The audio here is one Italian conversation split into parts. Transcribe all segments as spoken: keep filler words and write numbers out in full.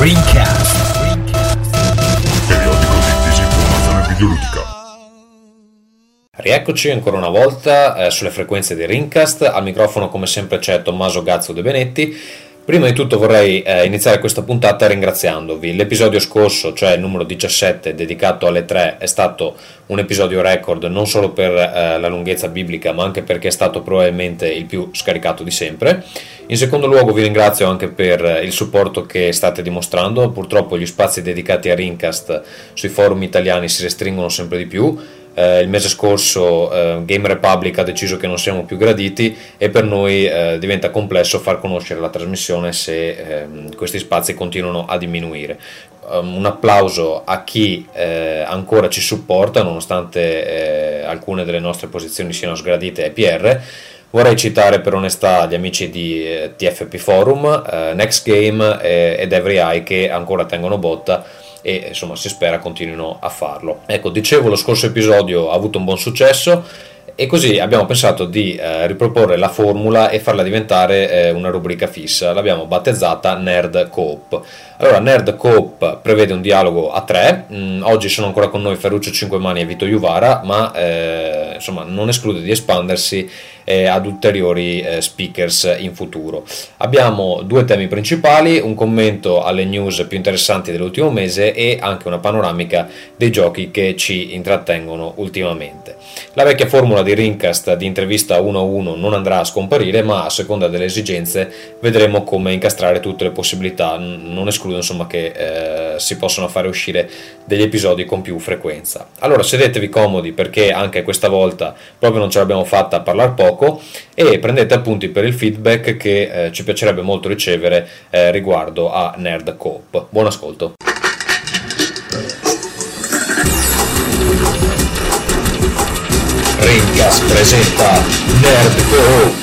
Rincast. Periodico di disinformazione videoludica. Rieccoci ancora una volta eh, sulle frequenze di Rincast. Al microfono come sempre c'è Tommaso Gazzo De Benetti. Prima di tutto vorrei eh, iniziare questa puntata ringraziandovi. L'episodio scorso, cioè il numero diciassette, dedicato alle tre, è stato un episodio record non solo per eh, la lunghezza biblica, ma anche perché è stato probabilmente il più scaricato di sempre. In secondo luogo vi ringrazio anche per il supporto che state dimostrando. Purtroppo gli spazi dedicati a Rincast sui forum italiani si restringono sempre di più. Eh, il mese scorso eh, Game Republic ha deciso che non siamo più graditi e per noi eh, diventa complesso far conoscere la trasmissione se eh, questi spazi continuano a diminuire. Um, un applauso a chi eh, ancora ci supporta nonostante eh, alcune delle nostre posizioni siano sgradite ai P R. Vorrei citare per onestà gli amici di eh, T F P Forum, eh, Next Game eh, ed Every Eye che ancora tengono botta e insomma si spera continuino a farlo. Ecco, dicevo, lo scorso episodio ha avuto un buon successo e così abbiamo pensato di eh, riproporre la formula e farla diventare eh, una rubrica fissa. L'abbiamo battezzata Nerd Coop. Allora, Nerd Coop prevede un dialogo a tre. Mm, oggi sono ancora con noi Ferruccio Cinquemani e Vito Juvara, ma eh, insomma non esclude di espandersi eh, ad ulteriori eh, speakers in futuro. Abbiamo due temi principali, un commento alle news più interessanti dell'ultimo mese e anche una panoramica dei giochi che ci intrattengono ultimamente. La vecchia formula di Rincast di intervista uno a uno non andrà a scomparire, ma a seconda delle esigenze vedremo come incastrare tutte le possibilità. Non escludo insomma che eh, si possano fare uscire degli episodi con più frequenza. Allora sedetevi comodi perché anche questa volta proprio non ce l'abbiamo fatta a parlare poco e prendete appunti per il feedback che eh, ci piacerebbe molto ricevere eh, riguardo a Nerd Coop. Buon ascolto. Rincast presenta Nerd Coop.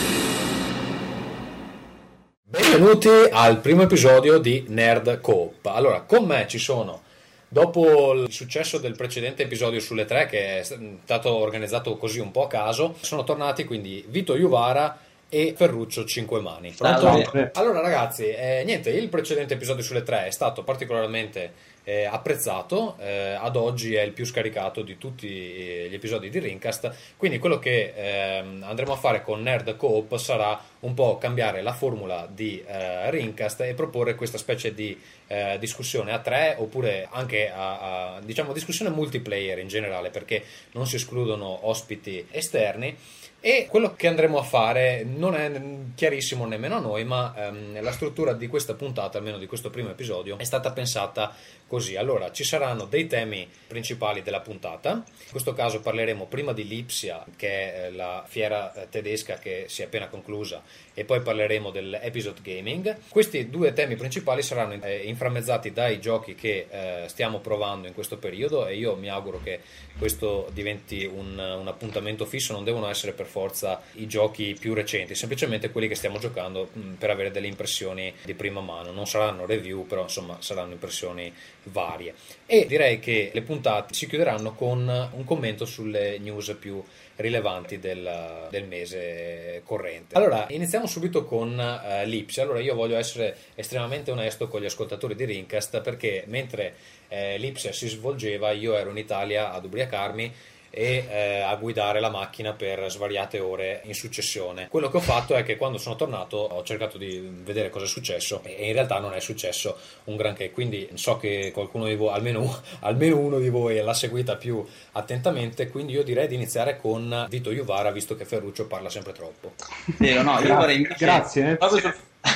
Benvenuti al primo episodio di Nerd Coop. Allora, con me ci sono, dopo il successo del precedente episodio sulle tre, che è stato organizzato così un po' a caso, sono tornati quindi Vito Juvara e Ferruccio Cinquemani. Pronto? Allora ragazzi, eh, niente, il precedente episodio sulle tre è stato particolarmente eh, apprezzato, eh, ad oggi è il più scaricato di tutti gli episodi di Rincast, quindi quello che eh, andremo a fare con Nerd Coop sarà un po' cambiare la formula di eh, Rincast e proporre questa specie di eh, discussione a tre oppure anche a, a diciamo discussione multiplayer in generale, perché non si escludono ospiti esterni. E quello che andremo a fare non è chiarissimo nemmeno a noi, ma ehm, la struttura di questa puntata, almeno di questo primo episodio, è stata pensata così. Allora, ci saranno dei temi principali della puntata. In questo caso parleremo prima di Lipsia, che è la fiera tedesca che si è appena conclusa, e poi parleremo dell'episode gaming. Questi due temi principali saranno eh, inframmezzati dai giochi che eh, stiamo provando in questo periodo e io mi auguro che questo diventi un, un appuntamento fisso. Non devono essere per forza i giochi più recenti, semplicemente quelli che stiamo giocando mh, per avere delle impressioni di prima mano. Non saranno review, però insomma saranno impressioni varie. E direi che le puntate si chiuderanno con un commento sulle news più rilevanti del, del mese corrente. Allora, iniziamo subito con uh, Lipsia. Allora, io voglio essere estremamente onesto con gli ascoltatori di Rincast, perché mentre eh, Lipsia si svolgeva io ero in Italia ad ubriacarmi e eh, a guidare la macchina per svariate ore in successione. Quello che ho fatto è che quando sono tornato ho cercato di vedere cosa è successo e in realtà non è successo un granché, quindi so che qualcuno di voi, almeno, almeno uno di voi l'ha seguita più attentamente, quindi io direi di iniziare con Vito Juvara, visto che Ferruccio parla sempre troppo. Vero, no, io vorrei invece Grazie. proprio, su...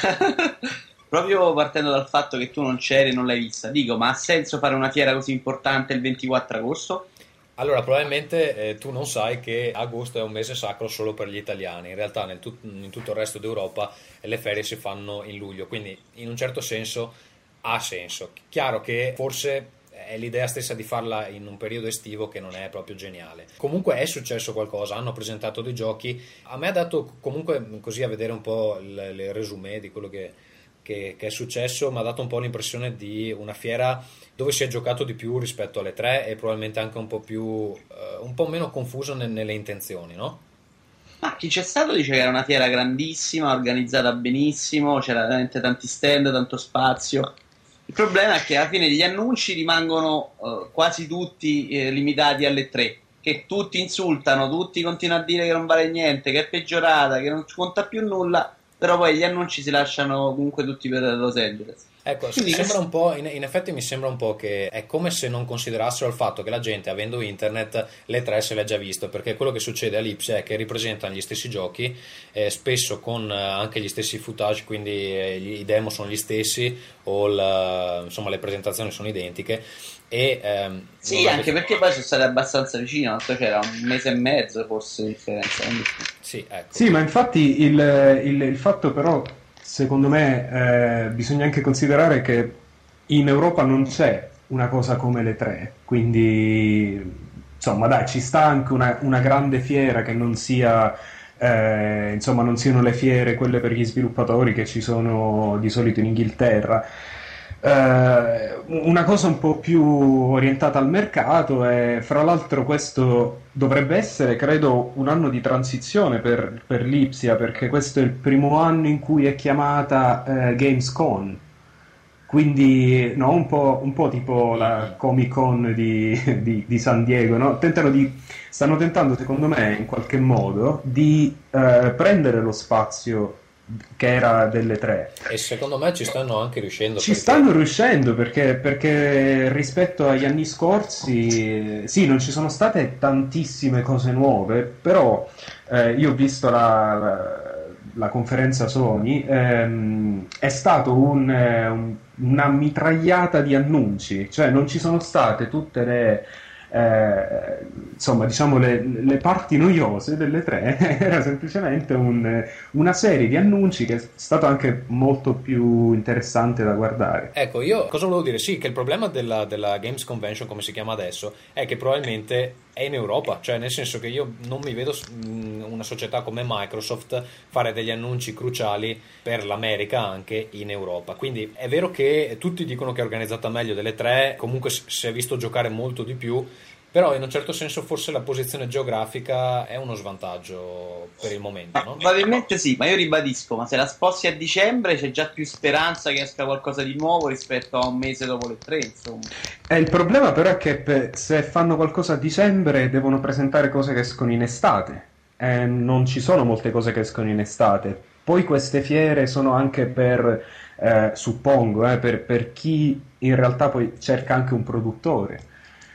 proprio partendo dal fatto che tu non c'eri e non l'hai vista, dico, ma ha senso fare una fiera così importante il ventiquattro agosto? Allora, probabilmente eh, tu non sai che agosto è un mese sacro solo per gli italiani. In realtà nel tut- in tutto il resto d'Europa eh, le ferie si fanno in luglio, quindi in un certo senso ha senso. Chiaro che forse è l'idea stessa di farla in un periodo estivo che non è proprio geniale. Comunque è successo qualcosa, hanno presentato dei giochi. A me ha dato comunque, così a vedere un po' il, il resumé di quello che, che, che è successo, mi ha dato un po' l'impressione di una fiera dove si è giocato di più rispetto alle tre e probabilmente anche un po' più uh, un po' meno confuso ne- nelle intenzioni, no? Ma chi c'è stato dice che era una fiera grandissima, organizzata benissimo, c'era veramente tanti stand, tanto spazio. Il problema è che alla fine gli annunci rimangono uh, quasi tutti eh, limitati alle tre, che tutti insultano, tutti continuano a dire che non vale niente, che è peggiorata, che non conta più nulla, però poi gli annunci si lasciano comunque tutti per Los Angeles. Ecco, Quindi sembra un po', in, in effetti mi sembra un po' che è come se non considerassero il fatto che la gente, avendo internet, le tre se l'è già visto, perché quello che succede all'Ipsia è che ripresentano gli stessi giochi, eh, spesso con eh, anche gli stessi footage, quindi eh, gli, i demo sono gli stessi o la, insomma le presentazioni sono identiche. E, ehm, sì, anche perché poi sono state abbastanza vicine, non so, c'era un mese e mezzo forse di differenza. Sì, ecco. Sì, ma infatti il, il, il fatto però, secondo me, eh, bisogna anche considerare che in Europa non c'è una cosa come le tre, quindi insomma dai, ci sta anche una, una grande fiera che non sia, eh, insomma non siano le fiere quelle per gli sviluppatori che ci sono di solito in Inghilterra. Uh, una cosa un po' più orientata al mercato, e fra l'altro questo dovrebbe essere, credo, un anno di transizione per, per l'Ipsia, perché questo è il primo anno in cui è chiamata uh, Gamescom, quindi no, un po', un po' tipo la Comic Con di, di, di San Diego, no? Tentano di, stanno tentando, secondo me, in qualche modo di uh, prendere lo spazio che era delle tre, e secondo me ci stanno anche riuscendo, ci perché... stanno riuscendo perché, perché rispetto agli anni scorsi sì, non ci sono state tantissime cose nuove, però eh, io ho visto la, la, la conferenza Sony, ehm, è stato un, un, una mitragliata di annunci, cioè non ci sono state tutte le Eh, insomma, diciamo le, le parti noiose delle tre, era semplicemente un, una serie di annunci che è stato anche molto più interessante da guardare. Ecco, io cosa volevo dire? Sì, che il problema della, della Games Convention, come si chiama adesso, è che probabilmente è in Europa, cioè nel senso che io non mi vedo una società come Microsoft fare degli annunci cruciali per l'America anche in Europa. Quindi è vero che tutti dicono che è organizzata meglio delle tre, comunque si è visto giocare molto di più, però in un certo senso forse la posizione geografica è uno svantaggio per il momento, no? Probabilmente sì, ma io ribadisco, ma se la sposti a dicembre c'è già più speranza che esca qualcosa di nuovo rispetto a un mese dopo le tre, insomma. Eh, il problema però è che per, se fanno qualcosa a dicembre devono presentare cose che escono in estate, eh, non ci sono molte cose che escono in estate. Poi queste fiere sono anche per, eh, suppongo, eh, per, per chi in realtà poi cerca anche un produttore.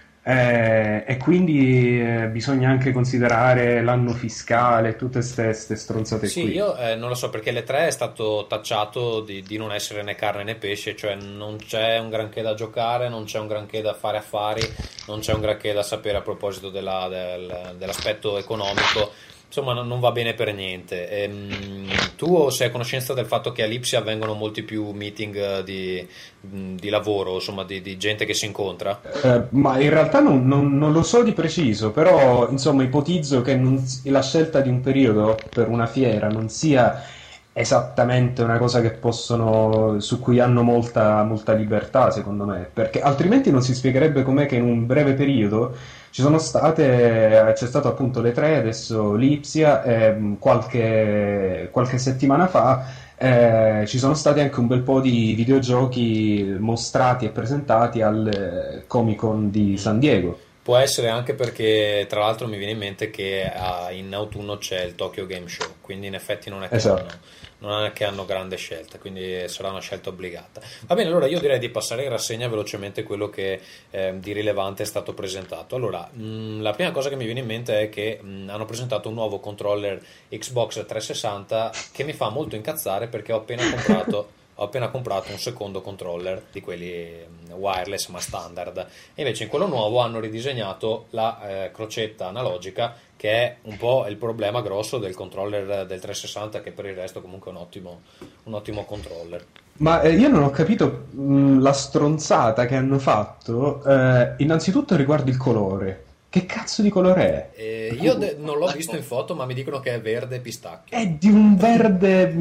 Eh, e quindi eh, bisogna anche considerare l'anno fiscale e tutte queste stronzate sì, qui. Sì, io eh, non lo so, perché le tre è stato tacciato di, di non essere né carne né pesce, cioè non c'è un granché da giocare, non c'è un granché da fare affari, non c'è un granché da sapere a proposito della, del, dell'aspetto economico. Insomma, non va bene per niente. Ehm, tu sei a conoscenza del fatto che all'Ipsia avvengono molti più meeting di, di lavoro, insomma, di, di gente che si incontra? Eh, ma in realtà non, non, non lo so di preciso, però insomma ipotizzo che non, la scelta di un periodo per una fiera non sia esattamente una cosa che possono, su cui hanno molta, molta libertà, secondo me, perché altrimenti non si spiegherebbe com'è che in un breve periodo ci sono state, c'è stato appunto le tre, adesso l'Ipsia, e qualche, qualche settimana fa eh, ci sono stati anche un bel po' di videogiochi mostrati e presentati al Comic Con di San Diego. Può essere anche perché, tra l'altro, mi viene in mente che ah, in autunno c'è il Tokyo Game Show, quindi in effetti non è che, esatto. hanno, non è che hanno grande scelta, quindi sarà una scelta obbligata. Va bene, allora io direi di passare in rassegna velocemente quello che eh, di rilevante è stato presentato. Allora, mh, la prima cosa che mi viene in mente è che mh, hanno presentato un nuovo controller Xbox trecentosessanta che mi fa molto incazzare, perché ho appena comprato ho appena comprato un secondo controller di quelli wireless ma standard, e invece in quello nuovo hanno ridisegnato la eh, crocetta analogica, che è un po' il problema grosso del controller del trecentosessanta, che per il resto comunque è un ottimo, un ottimo controller. Ma eh, io non ho capito mh, la stronzata che hanno fatto, eh, innanzitutto riguardo il colore. Che cazzo di colore è? Eh, io de- non l'ho visto in foto, ma mi dicono che è verde pistacchio. È di un verde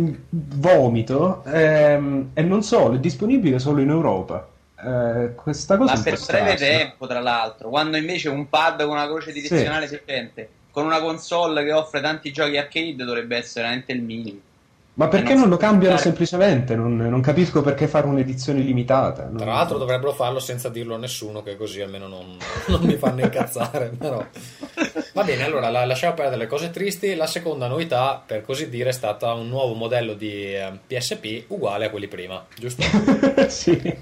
vomito, ehm, e non solo, è disponibile solo in Europa. Eh, questa cosa ma per breve tempo, tra l'altro, quando invece un pad con una croce direzionale sì. decente, con una console che offre tanti giochi arcade, dovrebbe essere veramente il minimo. Ma perché Eh, non non lo si cambiano può semplicemente? Non, non capisco perché fare un'edizione limitata. Non- Tra l'altro dovrebbero farlo senza dirlo a nessuno, che così almeno non, non mi fanno incazzare. Però. Va bene, allora la, lasciamo perdere le cose tristi. La seconda novità, per così dire, è stata un nuovo modello di eh, P S P uguale a quelli prima, giusto? Sì.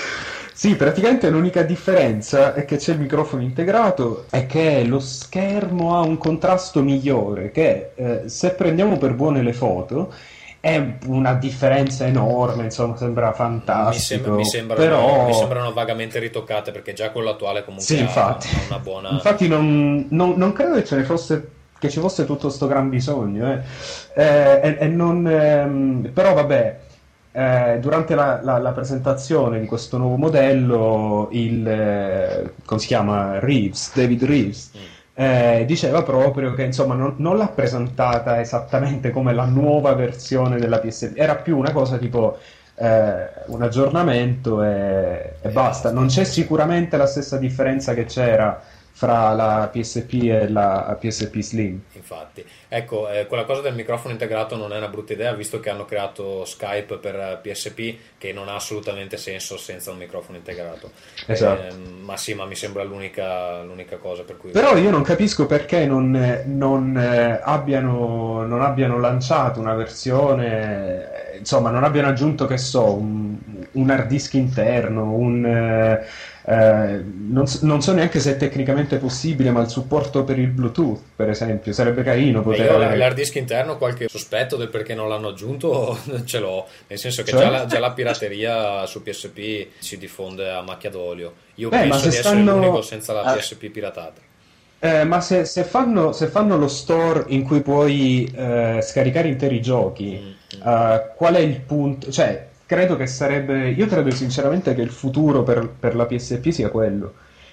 Sì, praticamente l'unica differenza è che c'è il microfono integrato e che lo schermo ha un contrasto migliore, che eh, se prendiamo per buone le foto è una differenza enorme, insomma, sembra Mi, sem- fantastico, mi sembrano, però... mi sembrano vagamente ritoccate, perché già quello attuale comunque Sì, ha, infatti. ha una buona... Infatti non, non- non credo che ce ne fosse, che ci fosse tutto sto gran bisogno, eh. Eh, e, e non, ehm, però vabbè, eh, durante la, la- la presentazione di questo nuovo modello, il, eh, come si chiama? Reeves, David Reeves, Mm. eh, diceva proprio che insomma non, non l'ha presentata esattamente come la nuova versione della P S P, era più una cosa tipo eh, un aggiornamento e, e basta. Non c'è sicuramente la stessa differenza che c'era fra la P S P e la P S P Slim. Infatti, ecco, eh, quella cosa del microfono integrato non è una brutta idea, visto che hanno creato Skype per eh, P S P, che non ha assolutamente senso senza un microfono integrato. Esatto. Eh, ma sì, ma mi sembra l'unica, l'unica cosa per cui... Però io non capisco perché non, eh, non, eh, abbiano, non abbiano lanciato una versione, eh, insomma, non abbiano aggiunto, che so, un, un hard disk interno, un, eh, eh, non, so- non so neanche se è tecnicamente possibile, ma il supporto per il Bluetooth, per esempio, sarebbe carino E poter io avere... l'hard disk interno qualche sospetto del perché non l'hanno aggiunto ce l'ho, nel senso che Cioè? già la, già la pirateria su P S P si diffonde a macchia d'olio. Io Beh, ma penso se di essere stanno- l'unico senza la Ah. P S P piratata. Eh, ma se, se fanno, se fanno lo store in cui puoi eh, scaricare interi giochi, Mm, mm. eh, qual è il punto? Cioè, credo che sarebbe. Io credo sinceramente che il futuro per, per la P S P sia quello,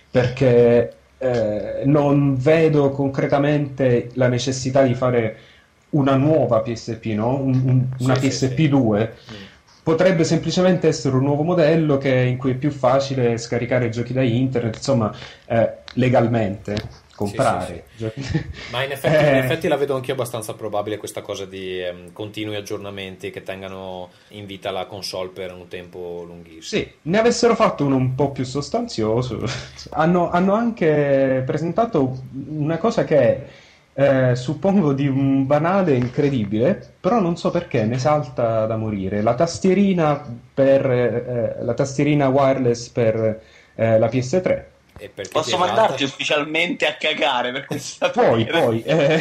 perché eh, non vedo concretamente la necessità di fare una nuova P S P, no? Un- un- una Sì, sì, P S P sì. due. Mm. Potrebbe semplicemente essere un nuovo modello che- in cui è più facile scaricare giochi da internet, insomma, eh, legalmente comprare giochi. Ma in effetti, in Eh, effetti la vedo anch'io abbastanza probabile questa cosa di ehm, continui aggiornamenti che tengano in vita la console per un tempo lunghissimo. Sì, ne avessero fatto uno un po' più sostanzioso. Hanno, hanno anche presentato una cosa che eh, suppongo di un banale incredibile, però non so perché mi salta da morire. La tastierina per eh, la tastierina wireless per eh, la P S tre. E perché Posso ti esalta? mandarti ufficialmente a cagare per questa Poi, pagina? poi, eh,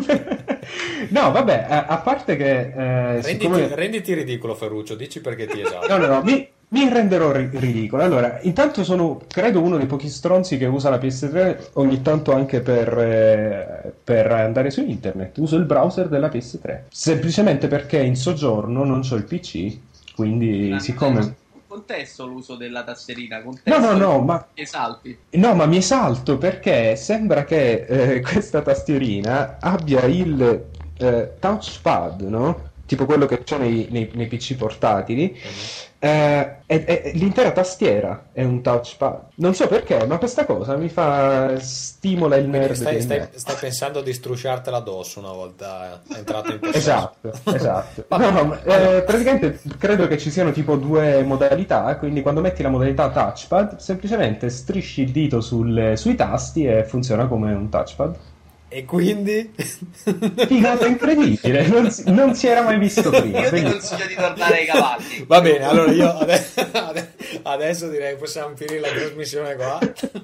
no, vabbè, a, a parte che eh, Renditi, siccome... renditi ridicolo, Ferruccio, dici perché ti esalta. No, no, no, mi, mi renderò ri- ridicolo. Allora, intanto sono, credo, uno dei pochi stronzi che usa la P S tre ogni tanto anche per, eh, per andare su internet. Uso il browser della P S tre. Semplicemente perché in soggiorno non c'ho il P C, quindi siccome... Contesto l'uso della tastierina, No, contesto no, no, ma... esalti. No, ma mi esalto perché sembra che eh, questa tastierina abbia il eh, touchpad, no? Tipo quello che c'è nei, nei- nei P C portatili. Eh, e- e- l'intera tastiera è un touchpad. Non so perché, ma questa cosa mi fa stimola il Quindi nerd stai, in stai- me. stai pensando di strusciartela addosso una volta entrato in possesso. Esatto, esatto. Vabbè, No, no, ma, eh, praticamente credo che ci siano tipo due modalità, quindi quando metti la modalità touchpad, semplicemente strisci il dito sul- sui tasti e funziona come un touchpad. E quindi? Figata incredibile, non si, non si era mai visto prima. Io ti quindi- consiglio di tornare ai cavalli. Va bene, allora io ade- ade- adesso direi che possiamo finire la trasmissione qua.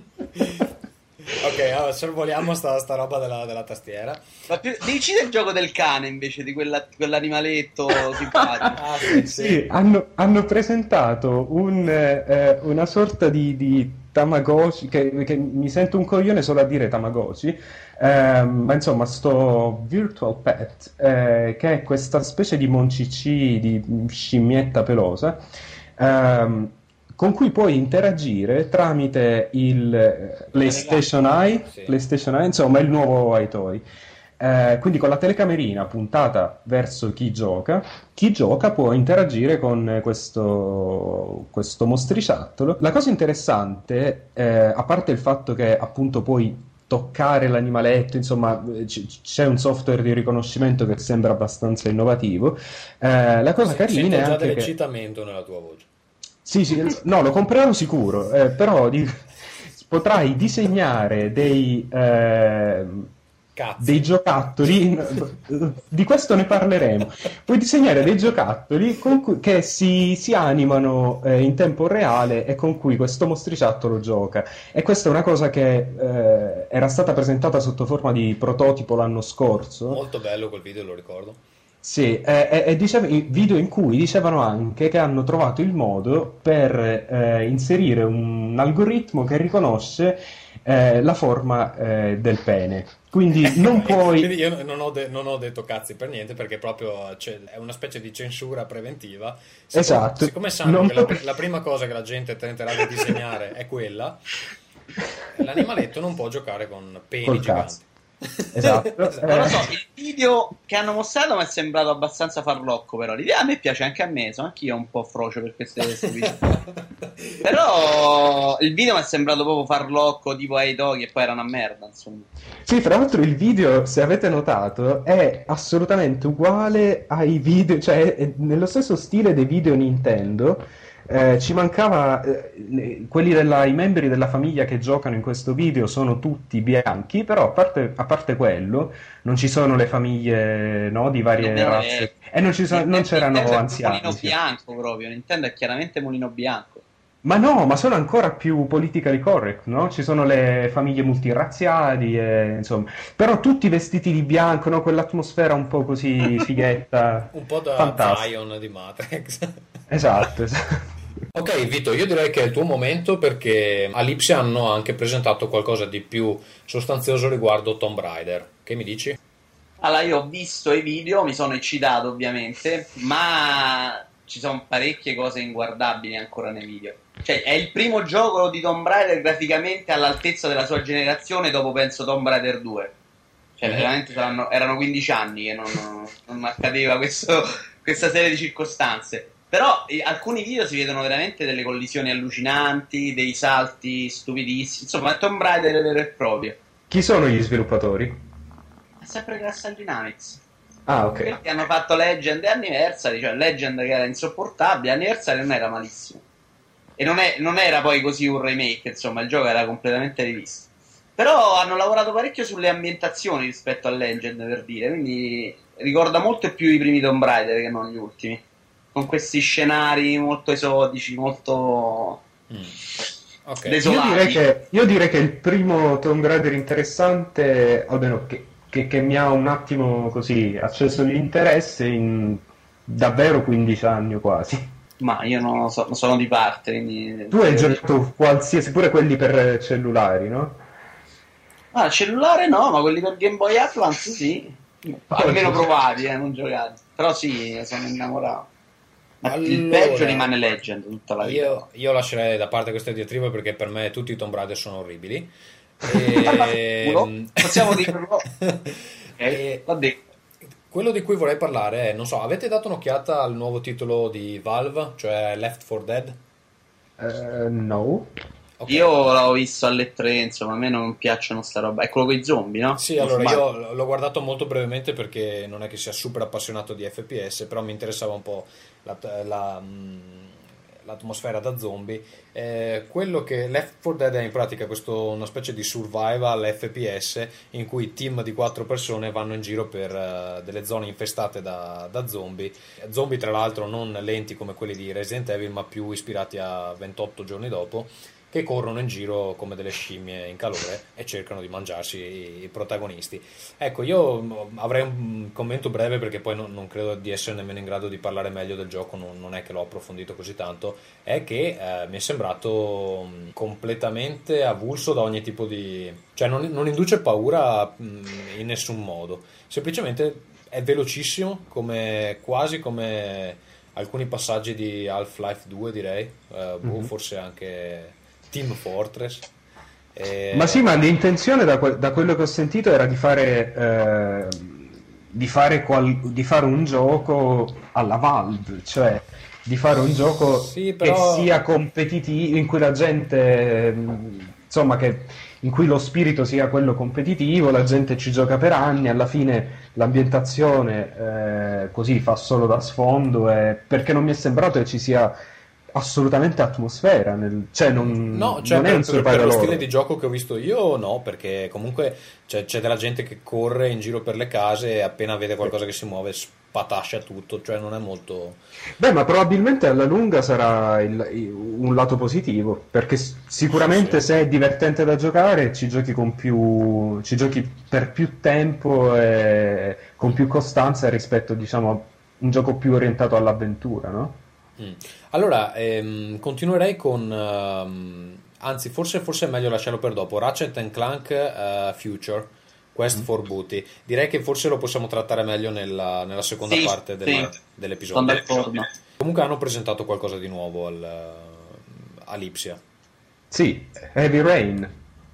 Ok, allora sorvoliamo sta, sta roba della, della tastiera. Ma più, decide il gioco del cane invece di quella- quell'animaletto simpatico. Ah, sì, sì. Sì, hanno, hanno presentato un, eh, una sorta di, di Tamagotchi, che, che mi sento un coglione solo a dire Tamagotchi, ehm, ma insomma sto Virtual Pet, eh, che è questa specie di moncicì, di scimmietta pelosa, ehm, con cui puoi interagire tramite il eh, PlayStation Eye, Sì. PlayStation Eye, insomma il nuovo iToy. Eh, quindi con la telecamerina puntata verso chi gioca, chi gioca può interagire con eh, questo, questo mostriciattolo. La cosa interessante, eh, a parte il fatto che appunto puoi toccare l'animaletto, insomma c- c'è un software di riconoscimento che sembra abbastanza innovativo. Eh, la cosa Se- carina Sento è già anche che... dell'eccitamento nella tua voce. Sì, sì, no, lo comprerò sicuro, eh, però di- potrai disegnare dei, eh, dei Cazzi. giocattoli, di questo ne parleremo. Puoi disegnare dei giocattoli con cui- che si, si animano eh, in tempo reale e con cui questo mostriciattolo gioca. E questa è una cosa che eh, era stata presentata sotto forma di prototipo l'anno scorso. Molto bello quel video, lo ricordo. Sì, e, e- e diceva- i video in cui dicevano anche che hanno trovato il modo per eh, inserire un algoritmo che riconosce eh, la forma eh, del pene. Quindi non puoi... Quindi io non ho, de- non ho detto cazzi per niente, perché proprio c'è- è una specie di censura preventiva. Siccome, Esatto. siccome sanno Non che la, puoi- la prima cosa che la gente tenterà di disegnare è quella, l'animaletto non può giocare con peni Col giganti. cazzo. Esatto. Non lo Eh, so, il video che hanno mostrato mi è sembrato abbastanza farlocco, però l'idea a me piace anche a me, sono anch'io un po' frocio per queste queste video. Però il video mi è sembrato proprio farlocco, tipo ai Toki, e poi era una merda, insomma. Sì, fra l'altro il video, se avete notato, è assolutamente uguale ai video, cioè è nello stesso stile dei video Nintendo. Eh, ci mancava, eh, le- quelli della, i membri della famiglia che giocano in questo video sono tutti bianchi, però a parte, a parte quello non ci sono le famiglie, no, di varie Nintendo è- razze e non, ci sono- non Nintendo c'erano è proprio anziani. mulino Sì. bianco proprio, Nintendo è chiaramente mulino bianco. Ma no, ma sono ancora più politically correct, no? Ci sono le famiglie multirazziali, e, insomma, però tutti vestiti di bianco, no? Quell'atmosfera un po' così fighetta, Un po' da fantastica. Zion di Matrix. Esatto, esatto. Ok, Vito, io direi che è il tuo momento, perché a Lipsia hanno anche presentato qualcosa di più sostanzioso riguardo Tomb Raider. Che mi dici? Allora, io ho visto i video, mi sono eccitato ovviamente, ma ci sono parecchie cose inguardabili ancora nei video. Cioè, è il primo gioco di Tomb Raider graficamente all'altezza della sua generazione, dopo penso Tomb Raider due. Cioè, Mhm. veramente saranno- erano quindici anni che non, non accadeva questo- questa serie di circostanze. Però eh, alcuni video si vedono veramente delle collisioni allucinanti, dei salti stupidissimi. Insomma, è Tomb Raider vero e proprio. Chi sono gli sviluppatori? È sempre Crystal Dynamics. Ah, ok. Perché hanno fatto Legend e Anniversary, cioè Legend che era insopportabile, Anniversary non era malissimo. E non, è- non era poi così un remake, insomma, il gioco era completamente rivisto. Però hanno lavorato parecchio sulle ambientazioni rispetto a Legend, per dire, quindi ricorda molto più i primi Tomb Raider che non gli ultimi. Con questi scenari molto esotici, molto Mm. Ok. Io desolati. direi che, io direi che il primo Tomb Raider interessante, almeno che, che- che mi ha un attimo così acceso l'interesse in davvero quindici anni o quasi. Ma io non lo so, non sono di parte, quindi... Tu hai giocato qualsiasi, pure quelli per cellulari, no? Ah, cellulare no, ma quelli per Game Boy Advance sì. Almeno provati, eh, non giocati. Però sì, sono innamorato. Ma il Allora, peggio rimane Legend tutta la vita. Io, io lascerei da parte questa diatriba, perché per me tutti i Tomb Raider sono orribili. E... Culo? Possiamo dirlo? E- Ok, va detto. Quello di cui vorrei parlare è, non so, avete dato un'occhiata al nuovo titolo di Valve, cioè Left four Dead? Eh, no. Ok. Io l'ho visto alle tre, insomma, a me non piacciono sta roba. È quello con i zombie, no? Sì, Non allora sbaglio. io l'ho guardato molto brevemente, perché non è che sia super appassionato di F P S, però mi interessava un po' la- la, mm, l'atmosfera da zombie. Eh, quello che Left four Dead è in pratica questo, una specie di survival F P S in cui team di quattro persone vanno in giro per eh, delle zone infestate da, da zombie. Zombie tra l'altro non lenti come quelli di Resident Evil, ma più ispirati a ventotto giorni dopo, che corrono in giro come delle scimmie in calore e cercano di mangiarsi i, i protagonisti. Ecco, io mm, avrei un commento breve, perché poi non, non credo di essere nemmeno in grado di parlare meglio del gioco, non, non è che l'ho approfondito così tanto, è che eh, mi è sembrato mm, completamente avulso da ogni tipo di... cioè non, non induce paura mm, in nessun modo, semplicemente è velocissimo, come quasi come alcuni passaggi di Half-Life due, direi, eh, boh, Mhm. forse anche Team Fortress. E- Ma sì, ma l'intenzione da, que- da quello che ho sentito era di fare, eh, di fare, qual- di fare un gioco alla Valve, cioè di fare un gioco Sì, però- che sia competitivo, in cui la gente, eh, insomma, che, in cui lo spirito sia quello competitivo, la gente ci gioca per anni, alla fine l'ambientazione eh, così fa solo da sfondo, e perché non mi è sembrato che ci sia assolutamente atmosfera, nel, cioè non, No, cioè non è per, un per- per survival lo horror. stile di gioco che ho visto io no, perché comunque c'è, c'è della gente che corre in giro per le case e appena vede qualcosa che si muove spatascia tutto, cioè non è molto... Beh, ma probabilmente alla lunga sarà il- i- un lato positivo, perché s- sicuramente Sì. se è divertente da giocare ci giochi con più, ci giochi per più tempo e con più costanza rispetto, diciamo, a un gioco più orientato all'avventura, no? Mm. Allora, ehm, continuerei con... ehm, anzi, forse, forse è meglio lasciarlo per dopo. Ratchet and Clank eh, Future, Quest for Booty. Direi che forse lo possiamo trattare meglio nella, nella seconda Sì, parte del- sì, sono dell'episodio. d'accordo. Comunque hanno presentato qualcosa di nuovo al, all'Ipsia. Sì, Heavy Rain.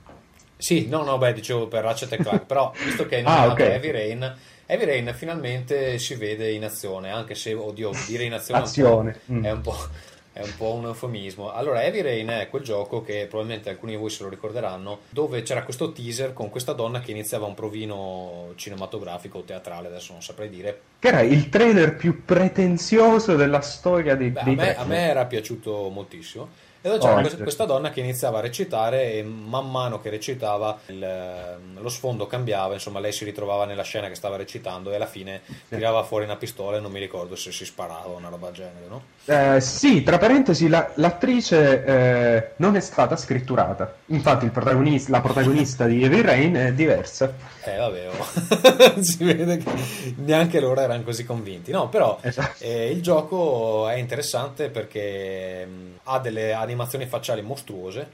Sì, no, no, beh, dicevo per Ratchet and Clank, però visto che hai Ah, nominato ok. Heavy Rain, Heavy Rain finalmente si vede in azione, anche se, oddio, dire in azione è un po', Azione. Mm. è un po', è un po' un eufemismo. Allora, Heavy Rain è quel gioco che probabilmente alcuni di voi se lo ricorderanno, dove c'era questo teaser con questa donna che iniziava un provino cinematografico o teatrale, adesso non saprei dire. Che era il trailer più pretenzioso della storia dei, Beh, a dei me, a trailer. me era piaciuto moltissimo. E dove c'era Oh, questa, sì. questa donna che iniziava a recitare e man mano che recitava il- lo sfondo cambiava, insomma lei si ritrovava nella scena che stava recitando e alla fine tirava fuori una pistola e non mi ricordo se si sparava o una roba del genere, no? Eh, sì, tra parentesi, la- l'attrice eh, non è stata scritturata. Infatti, il protagonista, la protagonista di Heavy Rain è diversa. Eh vabbè, oh. Si vede che neanche loro erano così convinti. No, però Esatto. eh, il gioco è interessante perché mh, ha delle animazioni facciali mostruose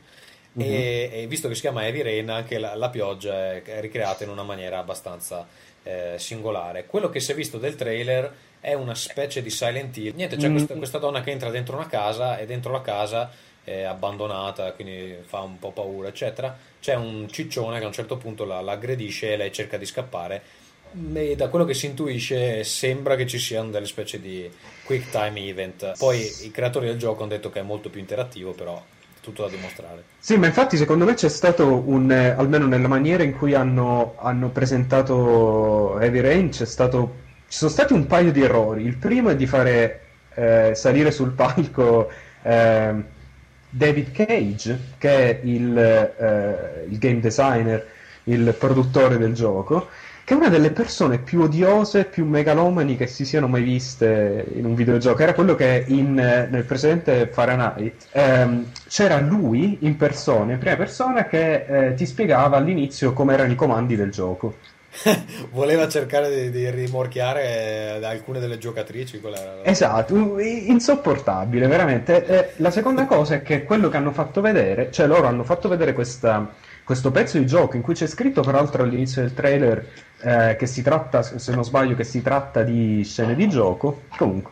e, e visto che si chiama Heavy Rain anche la, la pioggia è, è ricreata in una maniera abbastanza eh, singolare. Quello che si è visto del trailer è una specie di Silent Hill. Niente, c'è Mm. questa, questa donna che entra dentro una casa e dentro la casa è abbandonata, quindi fa un po' paura, eccetera. C'è un ciccione che a un certo punto la, la aggredisce e lei cerca di scappare. E da quello che si intuisce sembra che ci siano delle specie di quick time event. Poi i creatori del gioco hanno detto che è molto più interattivo, però è tutto da dimostrare. Sì, ma infatti secondo me c'è stato un, eh, almeno nella maniera in cui hanno, hanno presentato Heavy Rain, c'è stato, ci sono stati un paio di errori. Il primo è di fare eh, salire sul palco ehm, David Cage, che è il, eh, il game designer, il produttore del gioco, che è una delle persone più odiose, più megalomani che si siano mai viste in un videogioco. Era quello che in, eh, nel precedente Fahrenheit ehm, c'era lui in persona, in prima persona, che eh, ti spiegava all'inizio come erano i comandi del gioco. Voleva cercare di, di rimorchiare eh, alcune delle giocatrici. Quella era- Esatto, un- insopportabile, veramente. E la seconda cosa è che quello che hanno fatto vedere, cioè loro hanno fatto vedere questa, questo pezzo di gioco in cui c'è scritto peraltro all'inizio del trailer eh, che si tratta, se non sbaglio, che si tratta di scene di gioco. Comunque,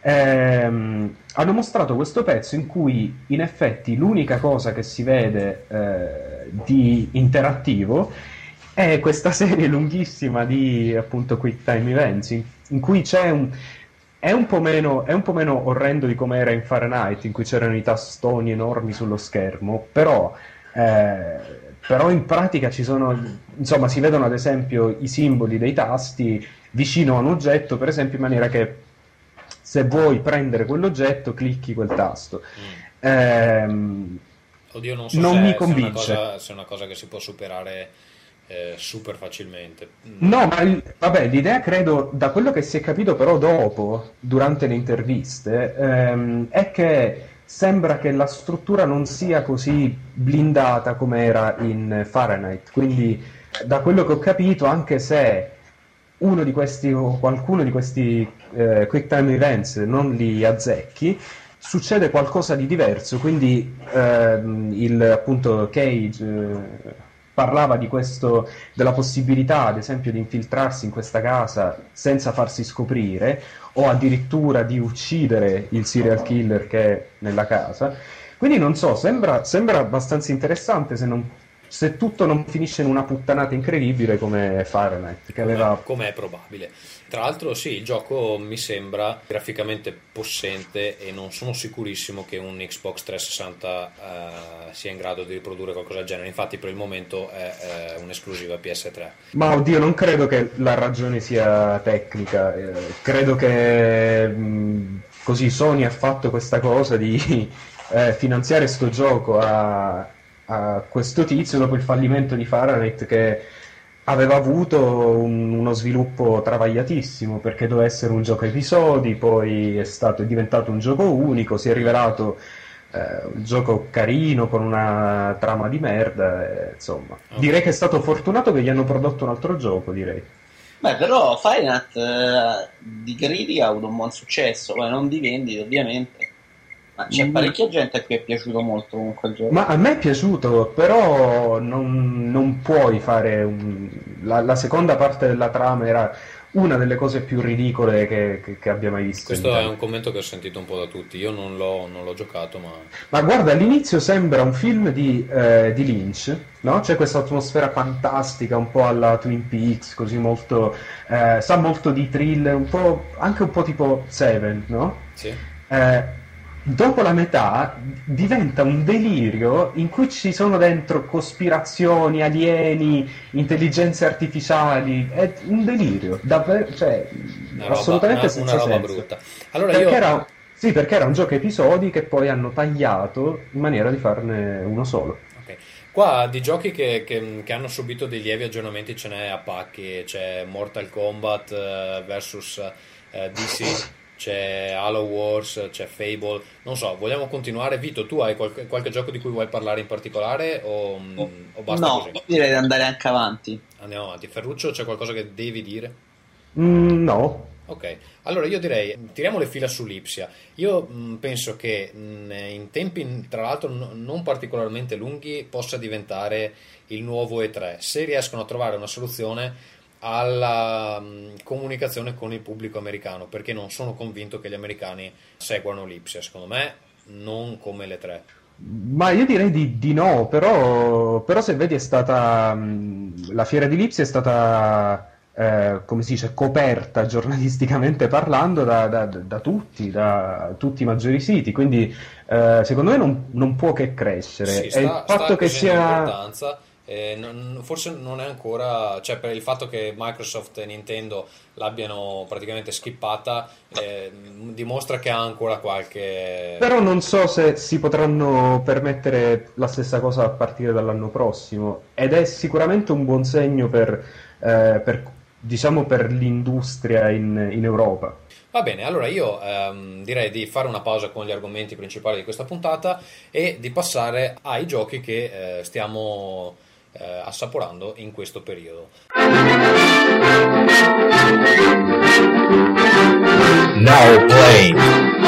ehm, hanno mostrato questo pezzo in cui in effetti l'unica cosa che si vede eh, di interattivo è questa serie lunghissima di appunto quick time events in, in cui c'è un è un po' meno è un po' meno orrendo di come era in Fahrenheit, in cui c'erano i tastoni enormi sullo schermo, però eh, però in pratica ci sono, insomma, si vedono ad esempio i simboli dei tasti vicino a un oggetto, per esempio, in maniera che se vuoi prendere quell'oggetto clicchi quel tasto. Mm. Ehm, Oddio, non so non se, mi se è una convince. cosa, se è una cosa che si può superare eh, super facilmente. Mm. No, ma il- vabbè, l'idea credo, da quello che si è capito però dopo, durante le interviste, ehm, è che sembra che la struttura non sia così blindata come era in Fahrenheit. Quindi, da quello che ho capito, anche se uno di questi o qualcuno di questi eh, quick time events non li azzecchi, succede qualcosa di diverso. Quindi ehm, il appunto Cage eh, parlava di questo, della possibilità, ad esempio, di infiltrarsi in questa casa senza farsi scoprire, o addirittura di uccidere il serial killer che è nella casa. Quindi non so, sembra, sembra abbastanza interessante, se non se tutto non finisce in una puttanata incredibile come Fahrenheit, che aveva... Come è probabile. Tra l'altro sì, il gioco mi sembra graficamente possente e non sono sicurissimo che un Xbox trecentosessanta eh, sia in grado di riprodurre qualcosa del genere. Infatti per il momento è, è un'esclusiva P S tre. Ma oddio, non credo che la ragione sia tecnica, eh, credo che mh, così Sony ha fatto questa cosa di eh, finanziare sto gioco a, a questo tizio dopo il fallimento di Fahrenheit, che aveva avuto un- uno sviluppo travagliatissimo perché doveva essere un gioco a episodi, poi è stato, è diventato un gioco unico, si è rivelato eh, un gioco carino con una trama di merda, e, insomma. Ok. Direi che è stato fortunato che gli hanno prodotto un altro gioco, direi. Beh, però Fahrenheit eh, di critica ha avuto un buon successo, poi non di vendita ovviamente, ma c'è Mm. parecchia gente a cui è piaciuto molto comunque il gioco. Ma a me è piaciuto, però non, non puoi fare un- la, la seconda parte della trama era una delle cose più ridicole che, che- che abbia mai visto in Questo vita è mia. un commento che ho sentito un po' da tutti. Io non l'ho, non l'ho giocato, ma Ma guarda, all'inizio sembra un film di, eh, di Lynch, no? C'è questa atmosfera fantastica, un po' alla Twin Peaks, così molto, eh, sa molto di thriller, un po', anche un po' tipo Seven, no? sì. Eh, dopo la metà diventa un delirio in cui ci sono dentro cospirazioni, alieni, intelligenze artificiali, è un delirio, davvero, cioè, Una roba, assolutamente una, senza una roba senso. brutta. Allora Perché io era, sì, perché era un gioco a episodi che poi hanno tagliato in maniera di farne uno solo. Ok. Qua di giochi che, che- che hanno subito dei lievi aggiornamenti ce n'è a pacchi, c'è Mortal Kombat eh, versus eh, D C, c'è Halo Wars, c'è Fable, non so, vogliamo continuare? Vito, tu hai qualche, qualche gioco di cui vuoi parlare in particolare o, mm, o basta No, così? io direi di andare anche avanti. Andiamo avanti. Ferruccio, c'è qualcosa che devi dire? Mm, no. Ok, allora io direi tiriamo le fila sull'Ipsia. Io mh, penso che mh, in tempi tra l'altro n- non particolarmente lunghi possa diventare il nuovo E tre, se riescono a trovare una soluzione alla mh, comunicazione con il pubblico americano, perché non sono convinto che gli americani seguano l'Ipsia, secondo me non come l'E tre. Ma io direi di, di no, però, però se vedi è stata mh, la fiera di Lipsia è stata, eh, come si dice, coperta giornalisticamente parlando da, da- da tutti, da tutti i maggiori siti, quindi eh, secondo me non, non può che crescere. Sì, E il sta, sta fatto che acquisendo sia... importanza. eh, non- forse non è ancora, cioè per il fatto che Microsoft e Nintendo l'abbiano praticamente skippata, eh, dimostra che ha ancora qualche. Però non so se si potranno permettere la stessa cosa a partire dall'anno prossimo, ed è sicuramente un buon segno per, eh, per, diciamo, per l'industria in, in Europa. Va bene, allora io ehm, direi di fare una pausa con gli argomenti principali di questa puntata e di passare ai giochi che eh, stiamo eh, assaporando in questo periodo. Now playing.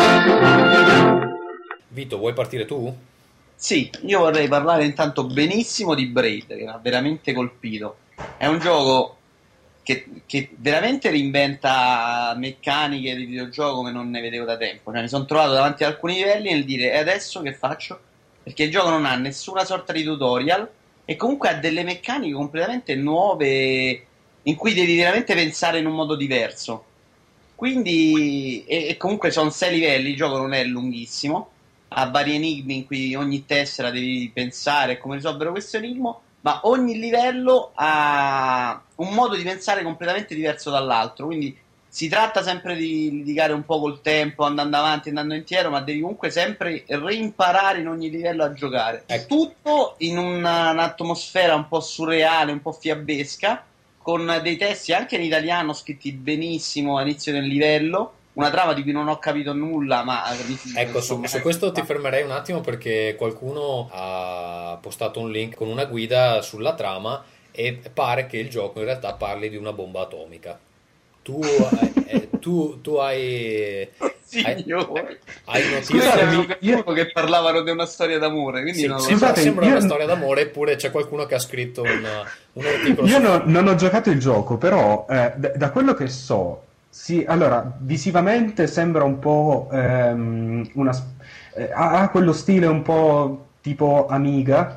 Vito, vuoi partire tu? Sì, io vorrei parlare intanto benissimo di Braid, che mi ha veramente colpito. È un gioco che, che veramente reinventa meccaniche di videogioco come non ne vedevo da tempo. Cioè, mi sono trovato davanti ad alcuni livelli nel dire, e adesso che faccio? Perché il gioco non ha nessuna sorta di tutorial e comunque ha delle meccaniche completamente nuove in cui devi veramente pensare in un modo diverso. Quindi, e, e comunque sono sei livelli, il gioco non è lunghissimo, ha vari enigmi in cui ogni tessera devi pensare a come risolvere questo enigma, ma ogni livello ha un modo di pensare completamente diverso dall'altro, quindi si tratta sempre di litigare un po' col tempo, andando avanti, andando indietro, ma devi comunque sempre reimparare in ogni livello a giocare. È tutto in una- un'atmosfera un po' surreale, un po' fiabesca, con dei testi anche in italiano scritti benissimo all'inizio del livello, una trama di cui non ho capito nulla, ma Ecco, su, insomma, su questo ti fermerei un attimo perché qualcuno ha postato un link con una guida sulla trama e pare che il gioco in realtà parli di una bomba atomica. Tu, hai- eh, tu, tu hai, hai, Signore. hai Scusate, notizia? avevo capito che parlavano di una storia d'amore, quindi Sì, non lo sembra, Scusate, sembra io- una storia d'amore, eppure c'è qualcuno che ha scritto una- un articolo Io su- no- non ho giocato il gioco, però eh, da, da quello che so, sì, allora, visivamente sembra un po' ehm, una, s- eh, ha, ha quello stile un po' tipo Amiga,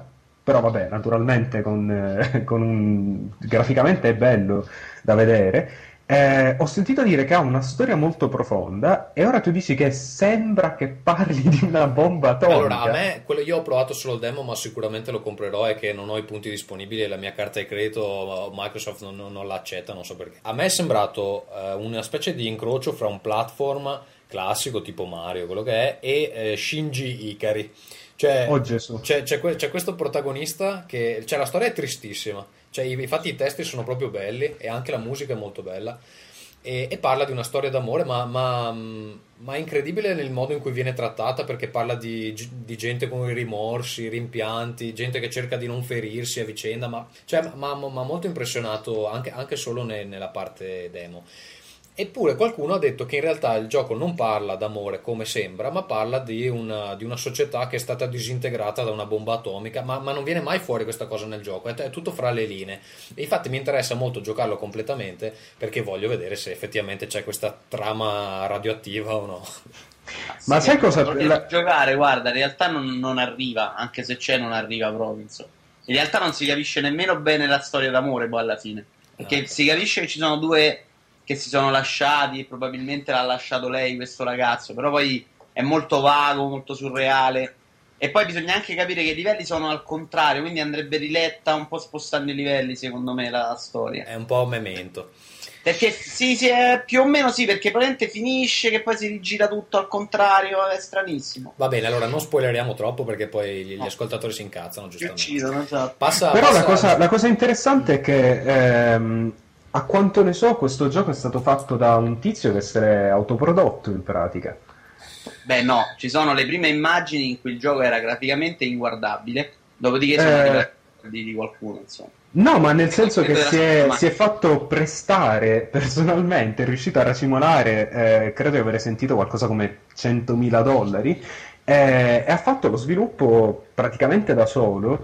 però vabbè, naturalmente con, eh, con un... graficamente è bello da vedere. Eh, ho sentito dire che ha una storia molto profonda e ora tu dici che sembra che parli di una bomba atomica. Allora, a me, quello, io ho provato solo il demo, ma sicuramente lo comprerò, è che non ho i punti disponibili e la mia carta di credito Microsoft non, non, non l'accetta, non so perché. A me è sembrato eh, una specie di incrocio fra un platform classico tipo Mario, quello che è, e eh, Shinji Ikari. Cioè, Oh Gesù. c'è, c'è, que- c'è questo protagonista che... Cioè, la storia è tristissima. Cioè, infatti i testi sono proprio belli e anche la musica è molto bella. E, e parla di una storia d'amore, ma, ma, ma è incredibile nel modo in cui viene trattata, perché parla di, di gente con i rimorsi, rimpianti, gente che cerca di non ferirsi a vicenda, ma cioè, ma, ma, ma molto impressionato anche, anche solo ne- nella parte demo. Eppure qualcuno ha detto che in realtà il gioco non parla d'amore come sembra, ma parla di una, di una società che è stata disintegrata da una bomba atomica, ma, ma non viene mai fuori questa cosa nel gioco, è, è tutto fra le linee. E infatti mi interessa molto giocarlo completamente, perché voglio vedere se effettivamente c'è questa trama radioattiva o no. Ma Sì, sai cosa? per La- giocare, guarda, in realtà non, non arriva, anche se c'è non arriva proprio, insomma. In realtà non si capisce nemmeno bene la storia d'amore poi alla fine, perché Ah. si capisce che ci sono due che si sono lasciati e probabilmente l'ha lasciato lei, questo ragazzo, però poi è molto vago, molto surreale, e poi bisogna anche capire che i livelli sono al contrario, quindi andrebbe riletta un po' spostando i livelli, secondo me, la storia. È un po' memento. Perché sì, sì, è- più o meno sì, perché probabilmente finisce che poi si rigira tutto al contrario, è stranissimo. Va bene, allora non spoileriamo troppo perché poi gli, gli No. ascoltatori si incazzano, Ci giustamente. uccidono, esatto. Passa, Però la passa- cosa, la cosa interessante è che, ehm, a quanto ne so, questo gioco è stato fatto da un tizio che si è autoprodotto in pratica. Beh, no, ci sono le prime immagini in cui il gioco era graficamente inguardabile, dopodiché sono Eh. arrivati di, di qualcuno, insomma. No, ma nel senso che Della si è, settimana. si è fatto prestare personalmente, è riuscito a racimolare, eh, credo di avere sentito qualcosa come centomila dollari, eh, e ha fatto lo sviluppo praticamente da solo.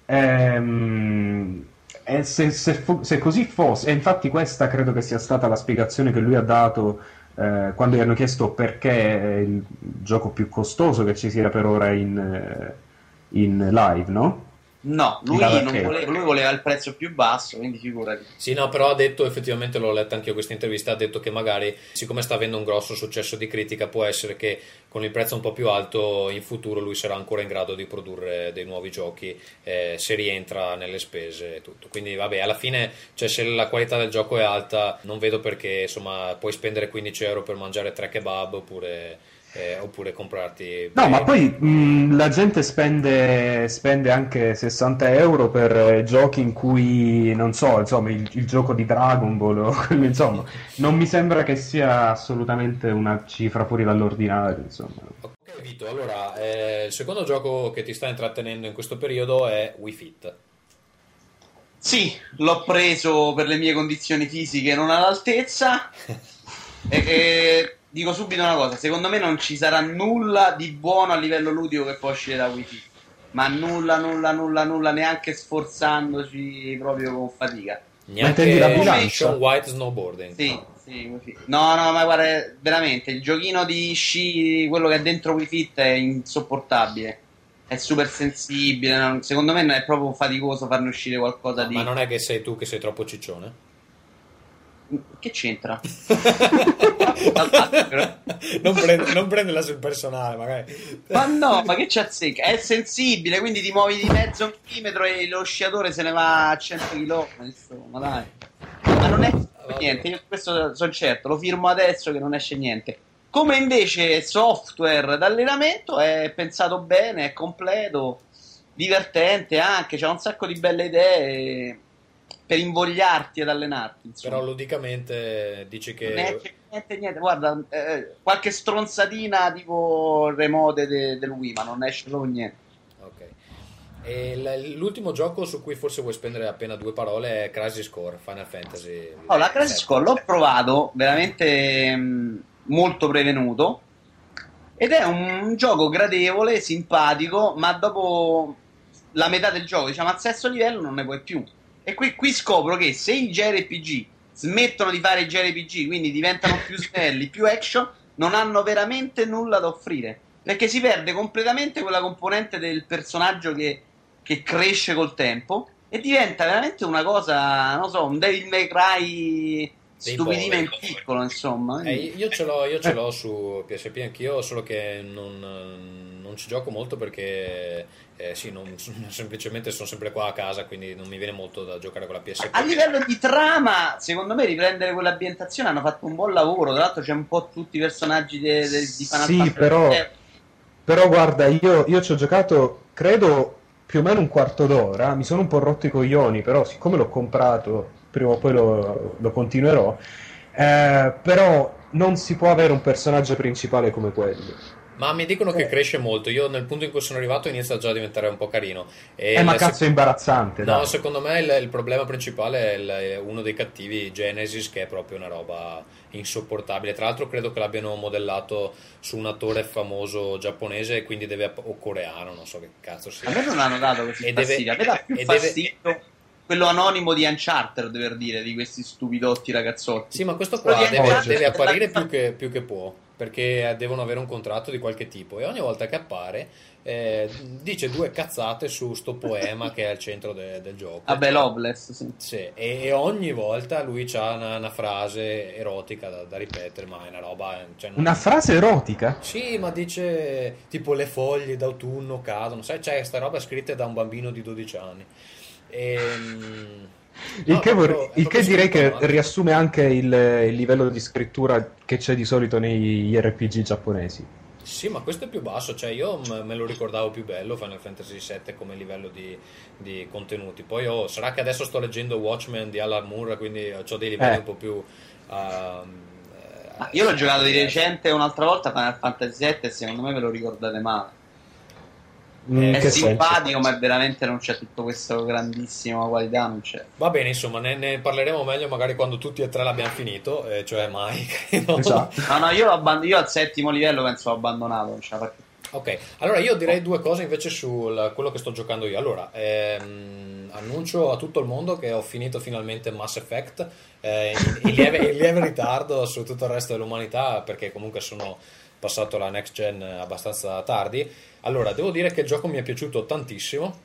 Ehm, e se, se fu- se così fosse, e infatti questa credo che sia stata la spiegazione che lui ha dato eh, quando gli hanno chiesto perché è il gioco più costoso che ci sia per ora in, eh, in live, no? No, lui La- non che- voleva, lui voleva il prezzo più basso, quindi figurati. Sì, no, però ha detto, effettivamente l'ho letta anche io questa intervista, ha detto che magari, siccome sta avendo un grosso successo di critica, può essere che con il prezzo un po' più alto in futuro lui sarà ancora in grado di produrre dei nuovi giochi, eh, se rientra nelle spese e tutto. Quindi vabbè, alla fine, cioè, se la qualità del gioco è alta, non vedo perché, insomma, puoi spendere quindici euro per mangiare tre kebab oppure, eh, oppure comprarti... No, ma poi mh, la gente spende, spende anche sessanta euro per eh, giochi in cui, non so, insomma, il, il gioco di Dragon Ball, o quello, insomma, non mi sembra che sia assolutamente una cifra fuori dall'ordinario, insomma. Ok, Vito, allora, eh, il secondo gioco che ti sta intrattenendo in questo periodo è Wii Fit. Sì, l'ho preso per le mie condizioni fisiche non all'altezza. e, e dico subito una cosa: secondo me non ci sarà nulla di buono a livello ludico che può uscire da Wii Fit. Ma nulla, nulla, nulla, nulla, neanche sforzandoci proprio con fatica. intendi la Neanche bilancia? Sean White Snowboarding. Sì, sì, Wii Fit. No, no, ma guarda, veramente, il giochino di sci, quello che è dentro Wii Fit è insopportabile. È super sensibile, non- secondo me non è proprio faticoso farne uscire qualcosa di... Ma non è che sei tu che sei troppo ciccione? Che c'entra? non, prende, non prendela sul personale, magari. Ma no, ma che ci azzecca? È sensibile, quindi ti muovi di mezzo un millimetro e lo sciatore se ne va a cento chilometri. Insomma, dai. Ma non è niente, io questo sono certo, lo firmo adesso che non esce niente. Come invece software d'allenamento è pensato bene, è completo, divertente anche, c'ha un sacco di belle idee per invogliarti ad allenarti. Insomma. Però ludicamente dici Non esce che... niente, niente, guarda, eh, qualche stronzatina tipo remote de- del Wii, ma non esce proprio niente. Ok. E l- l'ultimo gioco su cui forse vuoi spendere appena due parole è Crisis Core, Final Fantasy. Oh, la Crisis sette. Core l'ho provato veramente mh, molto prevenuto ed è un gioco gradevole, simpatico, ma dopo la metà del gioco, diciamo al sesto livello, non ne puoi più. E qui, qui scopro che se i J R P G smettono di fare i J R P G, quindi diventano più snelli, più action, non hanno veramente nulla da offrire, perché si perde completamente quella componente del personaggio che che cresce col tempo e diventa veramente una cosa, non so, un Devil May Cry stupidino in piccolo, insomma. Eh, io ce l'ho, io ce l'ho su P S P anch'io, solo che non, non ci gioco molto perché eh, sì, non, semplicemente sono sempre qua a casa, quindi non mi viene molto da giocare con la P S P. A livello di trama, secondo me riprendere quell'ambientazione hanno fatto un buon lavoro. Tra l'altro c'è un po' tutti i personaggi de, de, di Final Sì, Fantasy. però, Eh, però guarda, io, io ci ho giocato, credo, più o meno un quarto d'ora, mi sono un po' rotto i coglioni, però siccome l'ho comprato, prima o poi lo, lo continuerò, eh, però non si può avere un personaggio principale come quello. Ma mi dicono che cresce molto. Io nel punto in cui sono arrivato inizia già a diventare un po' carino. E Eh, ma il- cazzo è imbarazzante, No, dai. secondo me il, il problema principale è il- è uno dei cattivi, Genesis, che è proprio una roba insopportabile. Tra l'altro credo che l'abbiano modellato su un attore famoso giapponese e quindi deve o coreano, non so che cazzo sia. a me non hanno dato così E deve- fastidio. A me dà più e deve- fastidio quello anonimo di Uncharted, per dire, di questi stupidotti ragazzotti. Sì, ma questo Quello qua di deve, Uncharted deve è apparire la- più che, più che può, perché devono avere un contratto di qualche tipo e ogni volta che appare eh, dice due cazzate su sto poema che è al centro de- del gioco. Vabbè, Loveless, sì. Sì, e, e ogni volta lui ha una, una frase erotica da, da ripetere, ma è una roba... Cioè, non- Una frase erotica? Sì, ma dice tipo le foglie d'autunno cadono, sai, c'è questa roba scritta da un bambino di dodici anni. Ehm, Il no, che, è vor- proprio- è il che proprio direi che scritto male. riassume anche il, il livello di scrittura che c'è di solito negli R P G giapponesi. Sì, ma questo è più basso, cioè io m- me lo ricordavo più bello Final Fantasy sette come livello di, di contenuti. Poi oh, sarà che adesso sto leggendo Watchmen di Alan Moore, quindi ho dei livelli Eh. un po' più... ehm, Ma io l'ho eh, giocato di diversi. recente un'altra volta Final Fantasy sette e secondo me ve lo ricordate male. In Eh, È che senso? simpatico, ma veramente non c'è tutto questo grandissima qualità, non c'è. Va bene, insomma, ne, ne parleremo meglio magari quando tutti e tre l'abbiamo finito, eh, cioè mai. credo. Esatto. No, no, io, l'ho abband- io al settimo livello penso ho abbandonato, non ce la faccio. Ok, allora io direi due cose invece su quello che sto giocando io. Allora, ehm, annuncio a tutto il mondo che ho finito finalmente Mass Effect, eh, in, in lieve, in lieve ritardo su tutto il resto dell'umanità, perché comunque sono passato alla next gen abbastanza tardi. Allora, devo dire che il gioco mi è piaciuto tantissimo,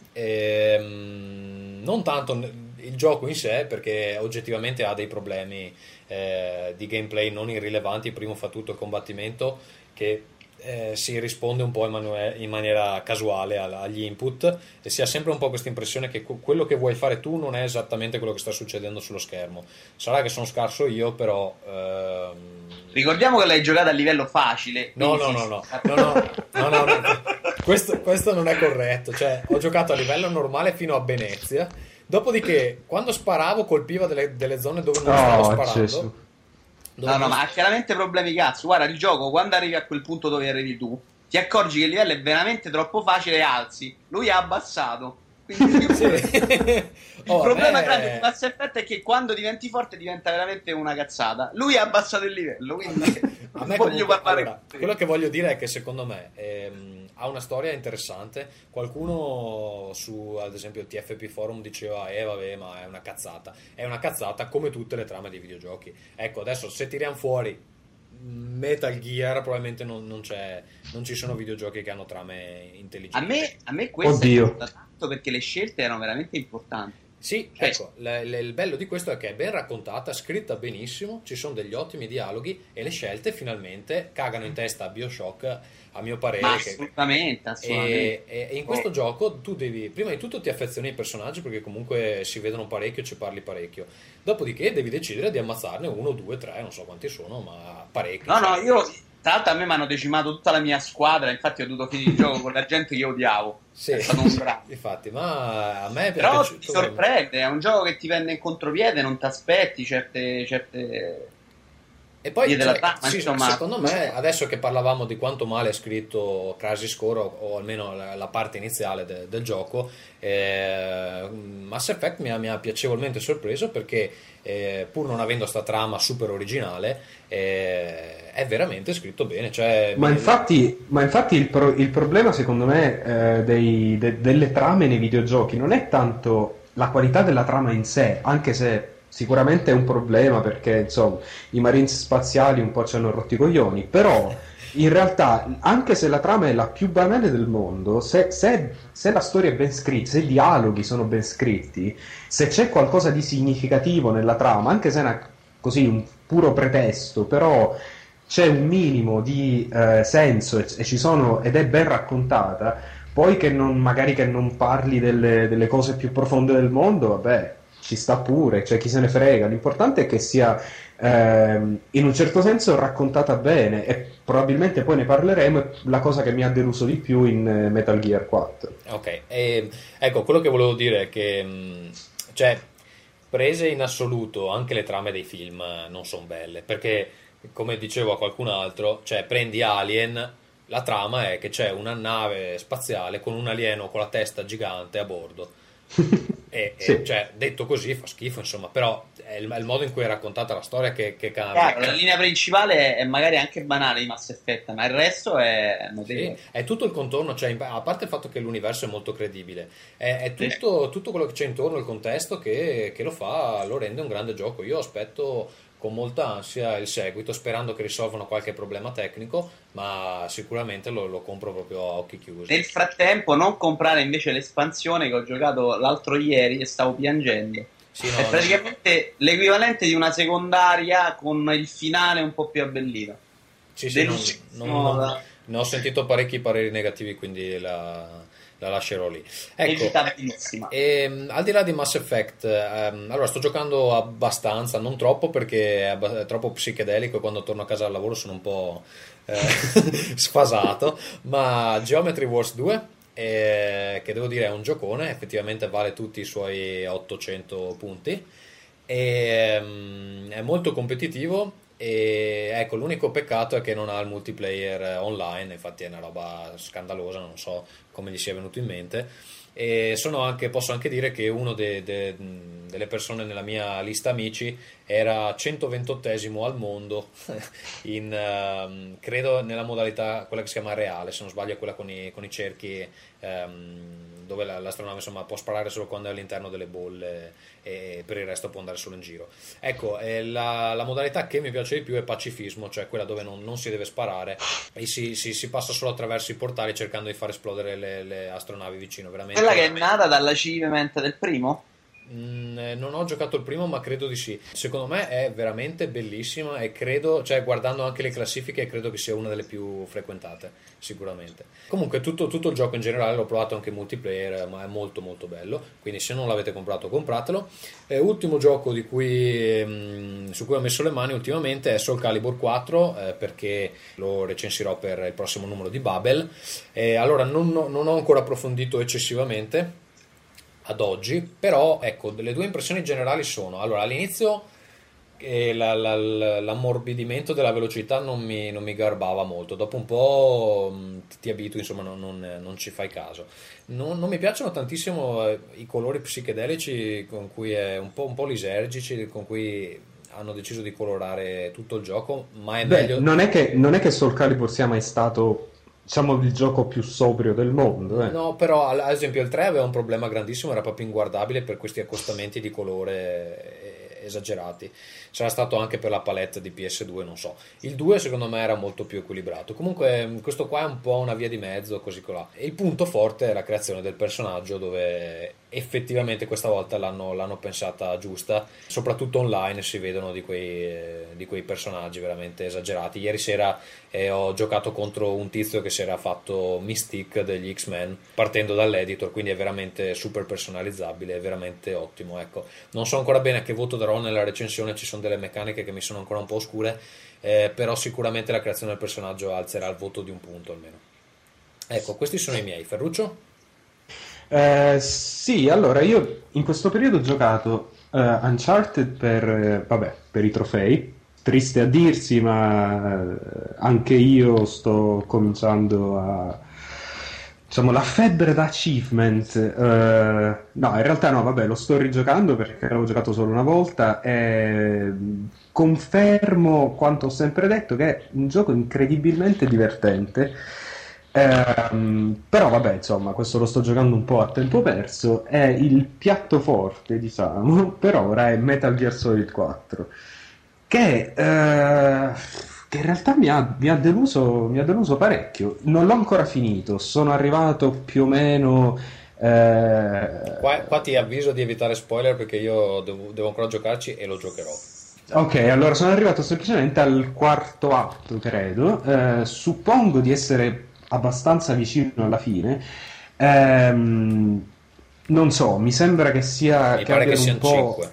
ehm, non tanto il gioco in sé, perché oggettivamente ha dei problemi eh, di gameplay non irrilevanti. Primo fa tutto il combattimento, che eh, si risponde un po' in, manu- in maniera casuale al- agli input e si ha sempre un po' questa impressione che que- quello che vuoi fare tu non è esattamente quello che sta succedendo sullo schermo. Sarà che sono scarso io, però... ehm, Ricordiamo che l'hai giocata a livello facile. No, quindi no, sì, no, sì. no, no, no, no, no, no. Questo, questo non è corretto. Cioè, ho giocato a livello normale fino a Venezia. Dopodiché, quando sparavo, colpiva delle, delle zone dove non stavo Oh, sparando. Gesù. Dove No, no, non- ma ha chiaramente problemi cazzo. Guarda, il gioco, quando arrivi a quel punto dove arrivi tu, ti accorgi che il livello è veramente troppo facile e alzi. Lui ha abbassato. Quindi Sì. il Oh, problema eh, grande di Mass Effect è che quando diventi forte diventa veramente una cazzata. Lui ha abbassato il livello, quindi A non me voglio comunque- parlare allora, con te. quello che voglio dire è che secondo me ehm, ha una storia interessante. Qualcuno su ad esempio il T F P Forum diceva eh vabbè, ma è una cazzata. È una cazzata come tutte le trame dei videogiochi. Ecco, adesso se tiriamo fuori Metal Gear, probabilmente non, non c'è, non ci sono videogiochi che hanno trame intelligenti. A me, a me questo Oddio. è piaciuto tanto perché le scelte erano veramente importanti. Sì, Cioè- ecco, l- l- il bello di questo è che è ben raccontata, scritta benissimo, ci sono degli ottimi dialoghi e le scelte finalmente cagano in testa a BioShock, a mio parere. Ma che- assolutamente, assolutamente. E, e- e in questo gioco tu devi, prima di tutto ti affezioni ai personaggi perché comunque si vedono parecchio, ci parli parecchio. Dopodiché devi decidere di ammazzarne uno, due, tre, non so quanti sono, ma parecchi. No, no, io tra l'altro a me mi hanno decimato tutta la mia squadra, infatti ho dovuto finire il gioco con la gente che io odiavo. Sì, È stato un bravo. infatti, ma a me è Però piaciuto. ti sorprende, è un gioco che ti prende in contropiede, non ti aspetti certe, certe... E poi Via della cioè, trama, sì, insomma. secondo me, adesso che parlavamo di quanto male è scritto Crisis Core, o, o almeno la, la parte iniziale de- del gioco, eh, Mass Effect mi ha, mi ha piacevolmente sorpreso perché eh, pur non avendo sta trama super originale eh, è veramente scritto bene. Cioè, Ma mi- infatti, ma infatti il, pro- il problema secondo me eh, dei- de- delle trame nei videogiochi non è tanto la qualità della trama in sé, anche se sicuramente è un problema perché insomma i Marines spaziali un po' ci hanno rotti i coglioni, però in realtà, anche se la trama è la più banale del mondo, se, se- se la storia è ben scritta, se i dialoghi sono ben scritti, se c'è qualcosa di significativo nella trama, anche se è una- così un puro pretesto, però c'è un minimo di eh, senso e, e ci sono, ed è ben raccontata, poi che non, magari che non parli delle, delle cose più profonde del mondo, vabbè, ci sta pure, cioè chi se ne frega. L'importante è che sia ehm, in un certo senso raccontata bene, e probabilmente poi ne parleremo. È la cosa che mi ha deluso di più in eh, Metal Gear quattro. Ok, e, ecco, quello che volevo dire è che, mh, cioè, prese in assoluto, anche le trame dei film eh, non sono belle, perché, come dicevo a qualcun altro, cioè, prendi Alien, la trama è che c'è una nave spaziale con un alieno con la testa gigante a bordo. E, Sì. e, cioè, detto così fa schifo, insomma, però è il, è il modo in cui è raccontata la storia che, che cambia. Chiaro, la linea principale è magari anche banale di Mass Effect, ma il resto è Sì, notevole. è tutto il contorno, cioè, in- a parte il fatto che l'universo è molto credibile, è, è tutto, tutto quello che c'è intorno, il contesto che, che lo fa, lo rende un grande gioco. Io aspetto con molta ansia il seguito, sperando che risolvano qualche problema tecnico, ma sicuramente lo, lo compro proprio a occhi chiusi. Nel frattempo, non comprare invece l'espansione che ho giocato l'altro ieri e stavo piangendo. Sì, no, È no. praticamente l'equivalente di una secondaria con il finale un po' più abbellito. Sì, sì, non- Delusissimo non- non- da- ne ho sentito parecchi pareri negativi, quindi la, la lascerò lì. Ecco, Evitabilissima. e, mh, al di là di Mass Effect, ehm, allora sto giocando abbastanza, non troppo perché è, abba- è troppo psichedelico e quando torno a casa al lavoro sono un po' eh, sfasato, ma Geometry Wars due, eh, che devo dire è un giocone, effettivamente vale tutti i suoi ottocento punti, e, mm, è molto competitivo. E ecco, l'unico peccato è che non ha il multiplayer eh, online, infatti è una roba scandalosa, non so come gli sia venuto in mente. E sono anche, posso anche dire che uno de- de- delle persone nella mia lista amici era centoventottesimo al mondo in, ehm, credo nella modalità quella che si chiama reale, se non sbaglio è quella con i, con i cerchi, ehm, dove la- l'astronave insomma può sparare solo quando è all'interno delle bolle e per il resto può andare solo in giro. Ecco, eh, la, la modalità che mi piace di più è pacifismo, cioè quella dove non, non si deve sparare e si, si- si passa solo attraverso i portali cercando di far esplodere le, le astronavi vicino, veramente. Quella che è nata dall'achievement del primo? Mm, eh, non ho giocato il primo, ma credo di sì. Secondo me è veramente bellissima e credo, cioè guardando anche le classifiche, credo che sia una delle più frequentate, sicuramente. Comunque tutto, tutto il gioco in generale l'ho provato anche in multiplayer, ma è molto molto bello, quindi se non l'avete comprato compratelo. Eh, ultimo gioco di cui, mm, su cui ho messo le mani ultimamente è Soul Calibur quattro, eh, perché lo recensirò per il prossimo numero di Babel. Eh, allora non, ho- non ho ancora approfondito eccessivamente ad oggi, però ecco, le due impressioni generali sono, allora all'inizio eh, la- la- la- l'ammorbidimento della velocità non mi, non mi garbava molto, dopo un po' mh, ti, ti abitui, insomma non, non- non ci fai caso. Non, non mi piacciono tantissimo eh, i colori psichedelici con cui è un po', un po' lisergici, con cui hanno deciso di colorare tutto il gioco, ma è Beh, meglio... non è che, non è che Soul Calibur sia mai stato, diciamo, il gioco più sobrio del mondo, eh. No, però al- ad esempio il tre aveva un problema grandissimo, era proprio inguardabile per questi accostamenti di colore eh, esagerati. Sarà stato anche per la palette di P S due, non so. Il due secondo me era molto più equilibrato. Comunque mh, questo qua è un po' una via di mezzo, così colà. E il punto forte è la creazione del personaggio, dove effettivamente questa volta l'hanno, l'hanno pensata giusta. Soprattutto online si vedono di quei, eh, di quei personaggi veramente esagerati. Ieri sera eh, ho giocato contro un tizio che si era fatto Mystique degli X-Men partendo dall'editor, quindi è veramente super personalizzabile, è veramente ottimo. Ecco, non so ancora bene a che voto darò nella recensione, ci sono delle meccaniche che mi sono ancora un po' oscure, eh, però sicuramente la creazione del personaggio alzerà il voto di un punto almeno. Ecco, questi sono i miei. Ferruccio? Eh, sì, allora io in questo periodo ho giocato eh, Uncharted per, eh, vabbè, per i trofei. Triste a dirsi, ma eh, anche io sto cominciando a, diciamo, la febbre da achievement. Eh, no, in realtà no, vabbè, lo sto rigiocando perché l'avevo giocato solo una volta e confermo quanto ho sempre detto, che è un gioco incredibilmente divertente. Ehm, però vabbè, insomma, questo lo sto giocando un po' a tempo perso. È il piatto forte, diciamo, per ora è Metal Gear Solid quattro, che eh, che in realtà mi ha, mi ha deluso, mi ha deluso parecchio. Non l'ho ancora finito, sono arrivato più o meno. eh, Qua, qua ti avviso di evitare spoiler perché io devo, devo ancora giocarci e lo giocherò. Ok, allora sono arrivato semplicemente al quarto atto, credo. Eh, suppongo di essere abbastanza vicino alla fine. Ehm, non so, mi sembra che sia Mi che pare che abbiano un siano po'. cinque.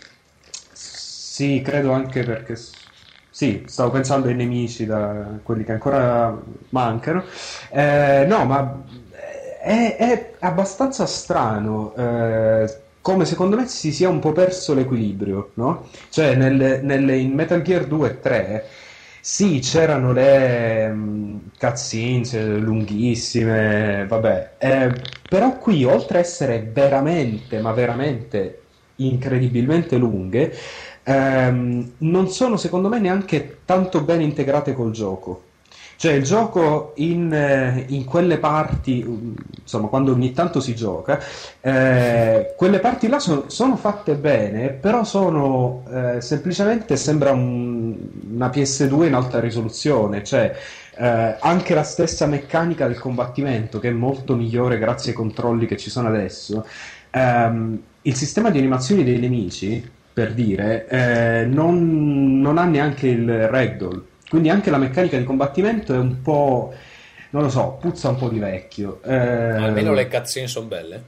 Sì, credo anche perché. Sì, stavo pensando ai nemici, da quelli che ancora mancano. Eh, no, ma è, è abbastanza strano. eh, come secondo me si sia un po' perso l'equilibrio, no? Cioè, nelle- nelle- in Metal Gear due e tre, sì, c'erano le mh, cutscenes lunghissime, vabbè, eh, però qui, oltre a essere veramente, ma veramente incredibilmente lunghe, ehm, non sono secondo me neanche tanto ben integrate col gioco. Cioè, il gioco in, eh, in quelle parti, um, insomma, quando ogni tanto si gioca, eh, quelle parti là sono, sono fatte bene, però sono eh, semplicemente sembra un- una P S due in alta risoluzione, cioè eh, anche la stessa meccanica del combattimento, che è molto migliore grazie ai controlli che ci sono adesso. Ehm, il sistema di animazioni dei nemici, per dire, eh, non, non ha neanche il ragdoll, quindi anche la meccanica di combattimento è un po', non lo so, puzza un po' di vecchio. Almeno Eh, le cutscene sono belle.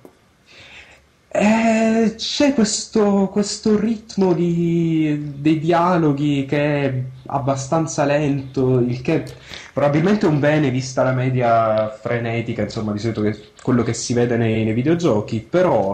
eh, c'è questo, questo ritmo di, dei dialoghi che è abbastanza lento, il che probabilmente è un bene vista la media frenetica, insomma, di solito che quello che si vede nei, nei videogiochi, però,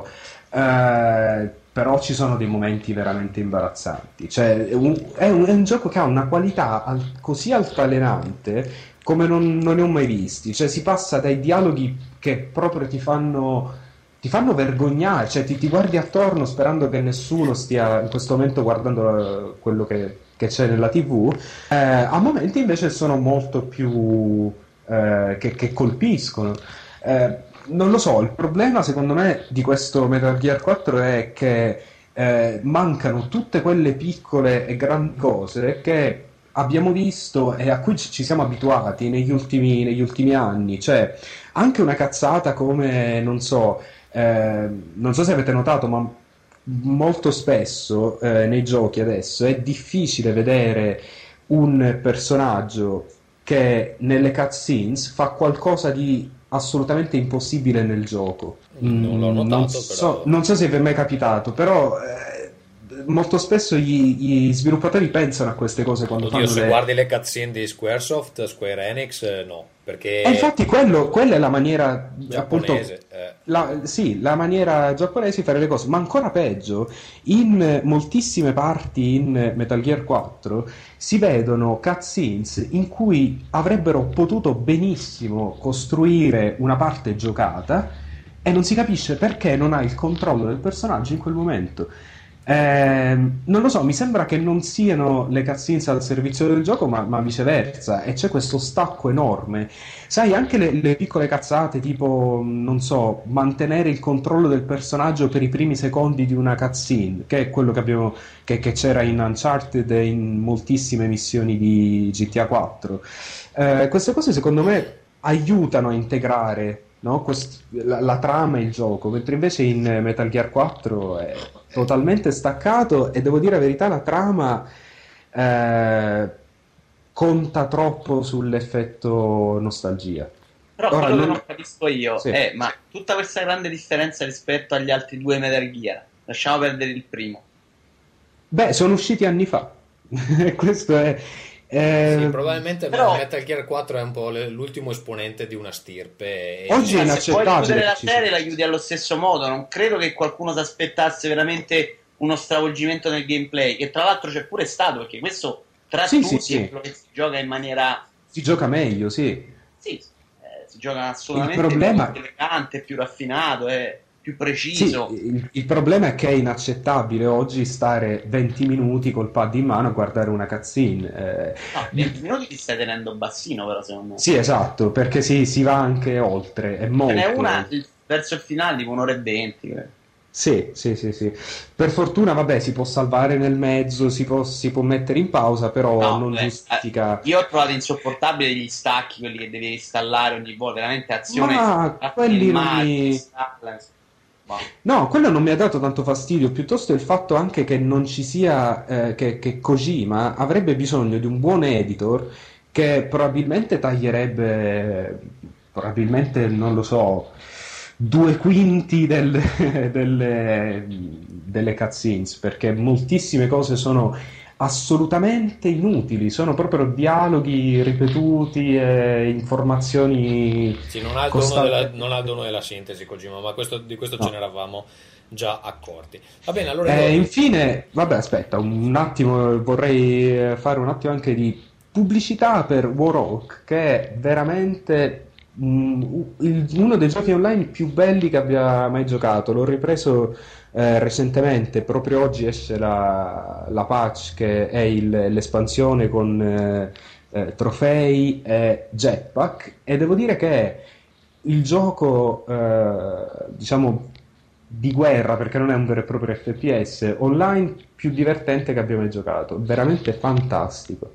eh, però ci sono dei momenti veramente imbarazzanti. Cioè, è un, è un- è un gioco che ha una qualità al- così altalenante come non, non ne ho mai visti. Cioè, si passa dai dialoghi che proprio ti fanno ti fanno vergognare, cioè ti, ti guardi attorno sperando che nessuno stia in questo momento guardando eh, quello che, che c'è nella T V, eh, a momenti invece sono molto più eh, che, che colpiscono. Eh, non lo so, il problema secondo me di questo Metal Gear quattro è che eh, mancano tutte quelle piccole e grandi cose che abbiamo visto e a cui ci ci siamo abituati negli ultimi, negli ultimi anni, cioè anche una cazzata come, non so, eh, non so se avete notato, ma molto spesso eh, nei giochi adesso è difficile vedere un personaggio che nelle cutscenes fa qualcosa di assolutamente impossibile nel gioco. Non l'ho Mm, non notato, so, però. non so se vi è mai capitato, però eh, molto spesso gli, gli sviluppatori pensano a queste cose quando Oddio, fanno se le. guardi le cutscene di Squaresoft, Square Enix, eh, no, E perché infatti quello, quella è la maniera, appunto, giapponese. eh. la, sì, la maniera giapponese di fare le cose, ma ancora peggio, in moltissime parti in Metal Gear quattro si vedono cutscenes in cui avrebbero potuto benissimo costruire una parte giocata e non si capisce perché non ha il controllo del personaggio in quel momento. Ehm, non lo so, mi sembra che non siano le cutscenes al servizio del gioco, ma, ma viceversa, e c'è questo stacco enorme. Sai, anche le, le piccole cazzate, tipo, non so, mantenere il controllo del personaggio per i primi secondi di una cutscene, che è quello che abbiamo, che, che c'era in Uncharted e in moltissime missioni di G T A quattro. Eh, queste cose, secondo me, aiutano a integrare, no, quest- la, la trama e il gioco, mentre invece in Metal Gear quattro è totalmente staccato e devo dire la verità, la trama eh, conta troppo sull'effetto nostalgia. Però Ora, quello che non- non capisco io Sì. è, ma tutta questa grande differenza rispetto agli altri due Metal Gear, lasciamo perdere il primo. Beh, sono usciti anni fa. Questo è. eh, Sì, probabilmente però- Metal Gear quattro è un po' le- l'ultimo esponente di una stirpe. e- Oggi è Ma se puoi inaccettabile chiudere la che ci serie sia. la chiudi allo stesso modo, non credo che qualcuno si aspettasse veramente uno stravolgimento nel gameplay, che tra l'altro c'è pure stato, perché questo tra Sì, tutti sì, è sì. quello che si gioca in maniera, Si gioca meglio, sì. sì, eh, si gioca assolutamente Il problema- più elegante, più raffinato, eh, più Sì, preciso. il, il problema è che è inaccettabile oggi stare venti minuti col pad in mano a guardare una cutscene. eh. No, venti minuti ti stai tenendo bassino, però secondo me. Sì, esatto, perché si, si va anche oltre, è Ce molto. n'è una il- verso il finale, tipo un'ora e venti, credo. Sì, sì, sì, sì. Per fortuna, vabbè, si può salvare nel mezzo, si può, si può mettere in pausa, però No, non beh, eh, giustifica. io ho trovato insopportabile gli stacchi, quelli che devi installare ogni volta, veramente azione, Ma tratti quelli non filmati, mi. installa, insomma. Boh. No, quello non mi ha dato tanto fastidio, piuttosto il fatto anche che non ci sia, eh, che, che Kojima avrebbe bisogno di un buon editor che probabilmente taglierebbe, probabilmente, non lo so, due quinti del- delle, delle cutscenes, perché moltissime cose sono assolutamente inutili, sono proprio dialoghi ripetuti e informazioni Sì, non ha il dono della, non ha il costantemente. dono della sintesi Kojima, ma questo- di questo ce ne No. eravamo già accorti. Va bene, allora E io... infine, vabbè, aspetta, un attimo, vorrei eh, fare un attimo anche di pubblicità per Warhawk, che è veramente mm, u- il- uno dei giochi online più belli che abbia mai giocato. L'ho ripreso eh, recentemente, proprio oggi esce la, la patch che è il- l'espansione con eh, eh, trofei e jetpack, e devo dire che è il gioco, eh, diciamo, di guerra, perché non è un vero e proprio F P S, online più divertente che abbia mai giocato. Veramente fantastico.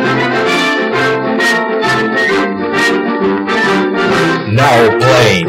Now playing.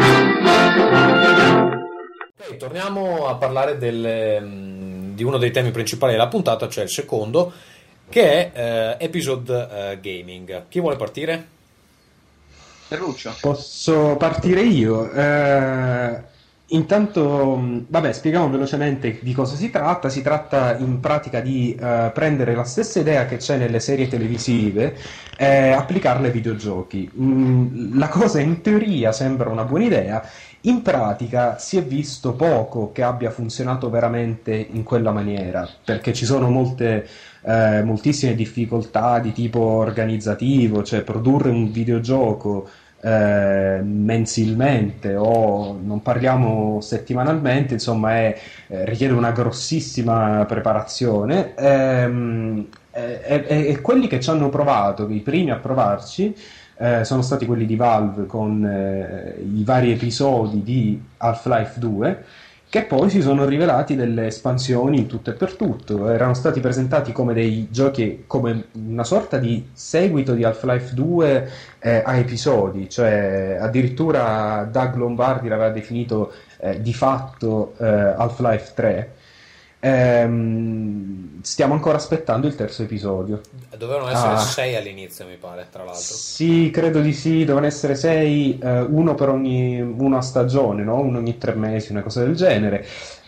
Ok, torniamo a parlare del, mm, di uno dei temi principali della puntata, cioè il secondo, che è eh, episode eh, gaming. Chi vuole partire? Ferruccio? Posso partire io? Eh, intanto, mh, vabbè, spieghiamo velocemente di cosa si tratta. Si tratta in pratica di eh, prendere la stessa idea che c'è nelle serie televisive e applicarla ai videogiochi. Mm, la cosa in teoria sembra una buona idea, in pratica si è visto poco che abbia funzionato veramente in quella maniera, perché ci sono molte eh, moltissime difficoltà di tipo organizzativo, cioè produrre un videogioco eh, mensilmente o non parliamo settimanalmente, insomma, è, eh, richiede una grossissima preparazione. Ehm, e, e- e quelli che ci hanno provato, i primi a provarci, eh, sono stati quelli di Valve con eh, i vari episodi di Half-Life due, che poi si sono rivelati delle espansioni in tutto e per tutto. Erano stati presentati come dei giochi, come una sorta di seguito di Half-Life due eh, a episodi, cioè addirittura Doug Lombardi l'aveva definito eh, di fatto eh, Half-Life tre. Ehm, stiamo ancora aspettando il terzo episodio. Dovevano essere Ah, sei all'inizio, mi pare, tra l'altro. sì, credo di sì, devono essere sei, eh, uno per ogni uno a stagione, no? Uno ogni tre mesi, una cosa del genere.